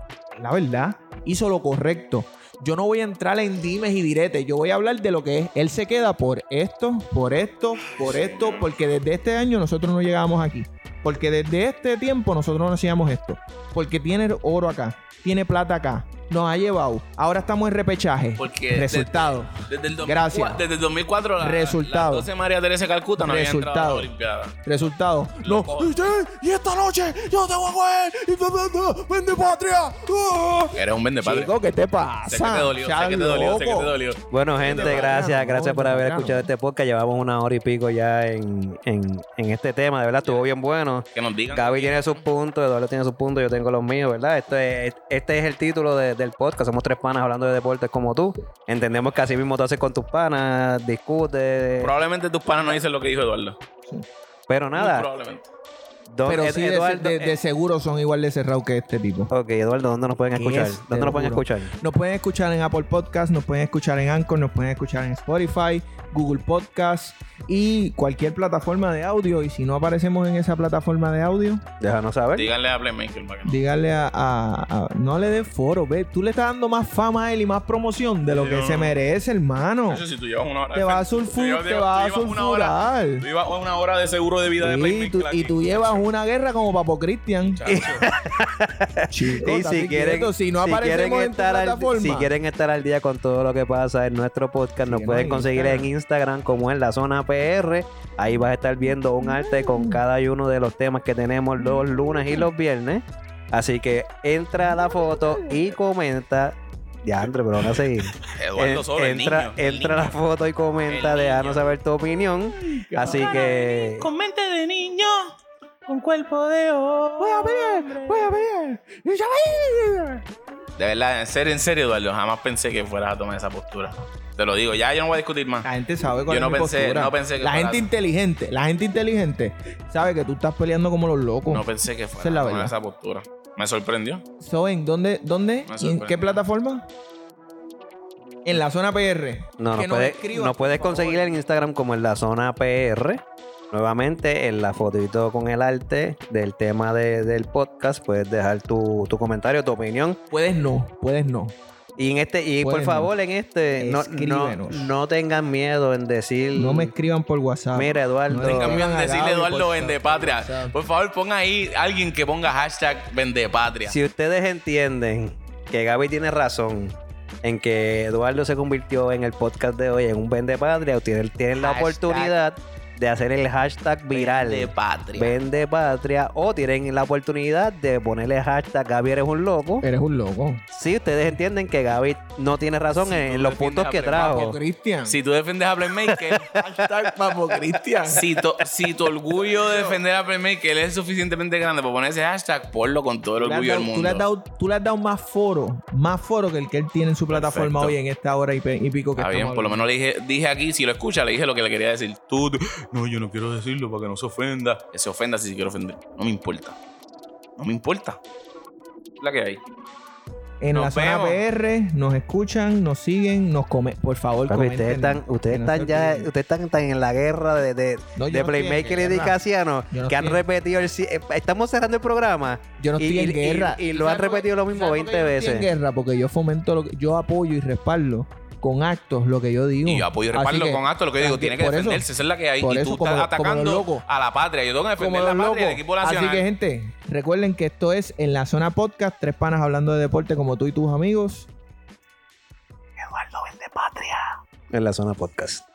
la verdad, hizo lo correcto. Yo no voy a entrar en dimes y diretes. Yo voy a hablar de lo que es. Él se queda por esto, por esto, por esto, porque desde este año nosotros no llegamos aquí. Porque desde este tiempo nosotros no hacíamos esto. Porque tiene oro acá, tiene plata acá, nos ha llevado. Ahora estamos en repechaje. Porque Resultado. Desde el, dos mil cuatro, Gracias. desde el dos mil cuatro, la, Resultado. las doce María Teresa de Calcuta no habían entrado a la Resultado. Olimpiada. Resultado. No. Loco. Y, sí, y esta noche yo te voy a coger y te vendo, vende patria. Ah. Eres un vende padre. Chico, ¿qué te pasa? Sé que te dolió, sé Seas que te dolió, sé que te loco. dolió. Bueno, gente, Vete gracias, temprano, gracias no, por haber temprano. escuchado este podcast. Llevamos una hora y pico ya en, en, en este tema, de verdad, estuvo bien bueno. Que nos digan. Gaby tiene sus puntos, Eduardo tiene sus puntos, yo tengo los míos, ¿verdad? Esto es, este es el título de- del podcast. Somos tres panas hablando de deportes como tú. Entendemos que así mismo tú haces con tus panas, discutes. Probablemente tus panas no dicen lo que dijo Eduardo. Pero Muy nada, probablemente. don- Pero Ed- sí, de, Eduardo. de- de seguro son igual de cerrados que este tipo. Ok, Eduardo, ¿dónde nos pueden ¿Qué escuchar? es? Te ¿Dónde lo nos pueden juro. escuchar? Nos pueden escuchar en Apple Podcast, nos pueden escuchar en Anchor, nos pueden escuchar en Spotify, Google Podcast y cualquier plataforma de audio. Y si no aparecemos en esa plataforma de audio, Déjanos saber. Díganle a Playmaker para que no. dígale a, a- a- no le des foro, ve, tú le estás dando más fama a él y más promoción de lo Sí, que no, se no. merece, hermano. Eso si tú llevas una hora. Te de vas a defensa. sulfur, Tú te llevas- vas a tú llevas una hora- sulfurar. Tú llevas una hora de seguro de vida de Sí, Playmaker. tú- y aquí, tú llevas una guerra como Papo Cristian. Chacho. Chico, Y estate si quieren, quieto, si no si quieren aparecemos en tu estar al, plataforma. si quieren estar al día con todo lo que pasa en nuestro podcast, nos Síguenos pueden en conseguir Instagram. en Instagram como en la zona P R. Ahí vas a estar viendo un arte con cada uno de los temas que tenemos los lunes y los viernes. Así que entra a la foto y comenta. Ya, André, pero van a seguir. Eduardo En- solo, el entra niño, el entra a la niño. foto y comenta, El déjanos niño. saber tu opinión. Así que Con mente de niño, con cuerpo de oro. Voy a pelear, voy a pelear. Y ya voy a ir. De verdad, en serio, en serio, Eduardo, jamás pensé que fueras a tomar esa postura. Te lo digo, ya yo no voy a discutir más. La gente sabe cuál Yo es no mi pensé- postura. no pensé que La fuera- gente inteligente, la gente inteligente sabe que tú estás peleando como los locos. No pensé que Esa es fuera la a tomar verdad. esa postura. Me sorprendió. Soen, ¿dónde? ¿Dónde? Me ¿Y en sorprendió. qué plataforma? En la zona P R. no, nos, Que nos puede- escriban, nos puedes por favor. conseguir en Instagram como en la zona P R. Nuevamente, en la fotito con el arte del tema de- del podcast, puedes dejar tu, tu comentario, tu opinión. Puedes no, puedes no. Y en este, y por Bueno, favor, en este, no, no, escríbenos. no tengan miedo en decir. No me escriban por WhatsApp. Mira, Eduardo. No Tengan miedo en escriban a decirle Gaby Eduardo por Vendepatria. WhatsApp. Por favor, ponga ahí alguien que ponga hashtag Vendepatria. Si ustedes entienden que Gaby tiene razón en que Eduardo se convirtió en el podcast de hoy en un Vende Patria, o tienen, tienen la Hashtag oportunidad de hacer el hashtag viral Vendepatria. Vende Patria, o tienen la oportunidad de ponerle hashtag Gaby eres un loco. Eres un loco. Si ustedes entienden que Gaby no tiene razón Si en, tú en los defiendes puntos a que Playmaker, trajo. Cristian. Si tú defiendes a Playmaker, Hashtag Papo Cristian. si, tu, si tu orgullo de defender a Playmaker es suficientemente grande para poner ese hashtag, ponlo con todo el Tú le has orgullo del dado- Tú le, has mundo. dado, tú le has dado más foro, más foro que el que él tiene en su plataforma Perfecto. hoy en esta hora y, pe- y pico que Está bien, estamos por lo hablando. menos le dije, dije aquí, si lo escucha, le dije lo que le quería decir. Tú, tú- no, yo no quiero decirlo para que no se ofenda. Que se ofenda si se quiere ofender. No me importa. No me importa. La que hay. En Nos la zona vemos. P R nos escuchan, nos siguen, nos comen. Por favor, Papi, comenten. ustedes están, ustedes Que no están se ya, olviden. ustedes están tan en la guerra de, de, No, yo de no estoy en Playmaker y de guerra. Casiano, Yo no que han estoy en- repetido el ci- eh, estamos cerrando el programa. Yo no y- estoy y, en y- guerra. Y, ¿Tú lo han sabes por- repetido lo mismo ¿sabes por veinte qué yo no estoy veces. en guerra? Porque yo fomento, lo que, yo apoyo y respaldo con actos lo que yo digo. Y yo apoyo y Así respaldo que, con acto lo que digo. tranqui- Tiene que por eso- defenderse. Esa es la que hay. por Y eso, tú como estás lo- como los atacando locos. a la patria. Yo tengo que Como defender la los patria del locos. equipo Así nacional. que, gente, recuerden que esto es En la Zona Podcast. Tres panas hablando de deporte como tú y tus amigos. En la zona podcast.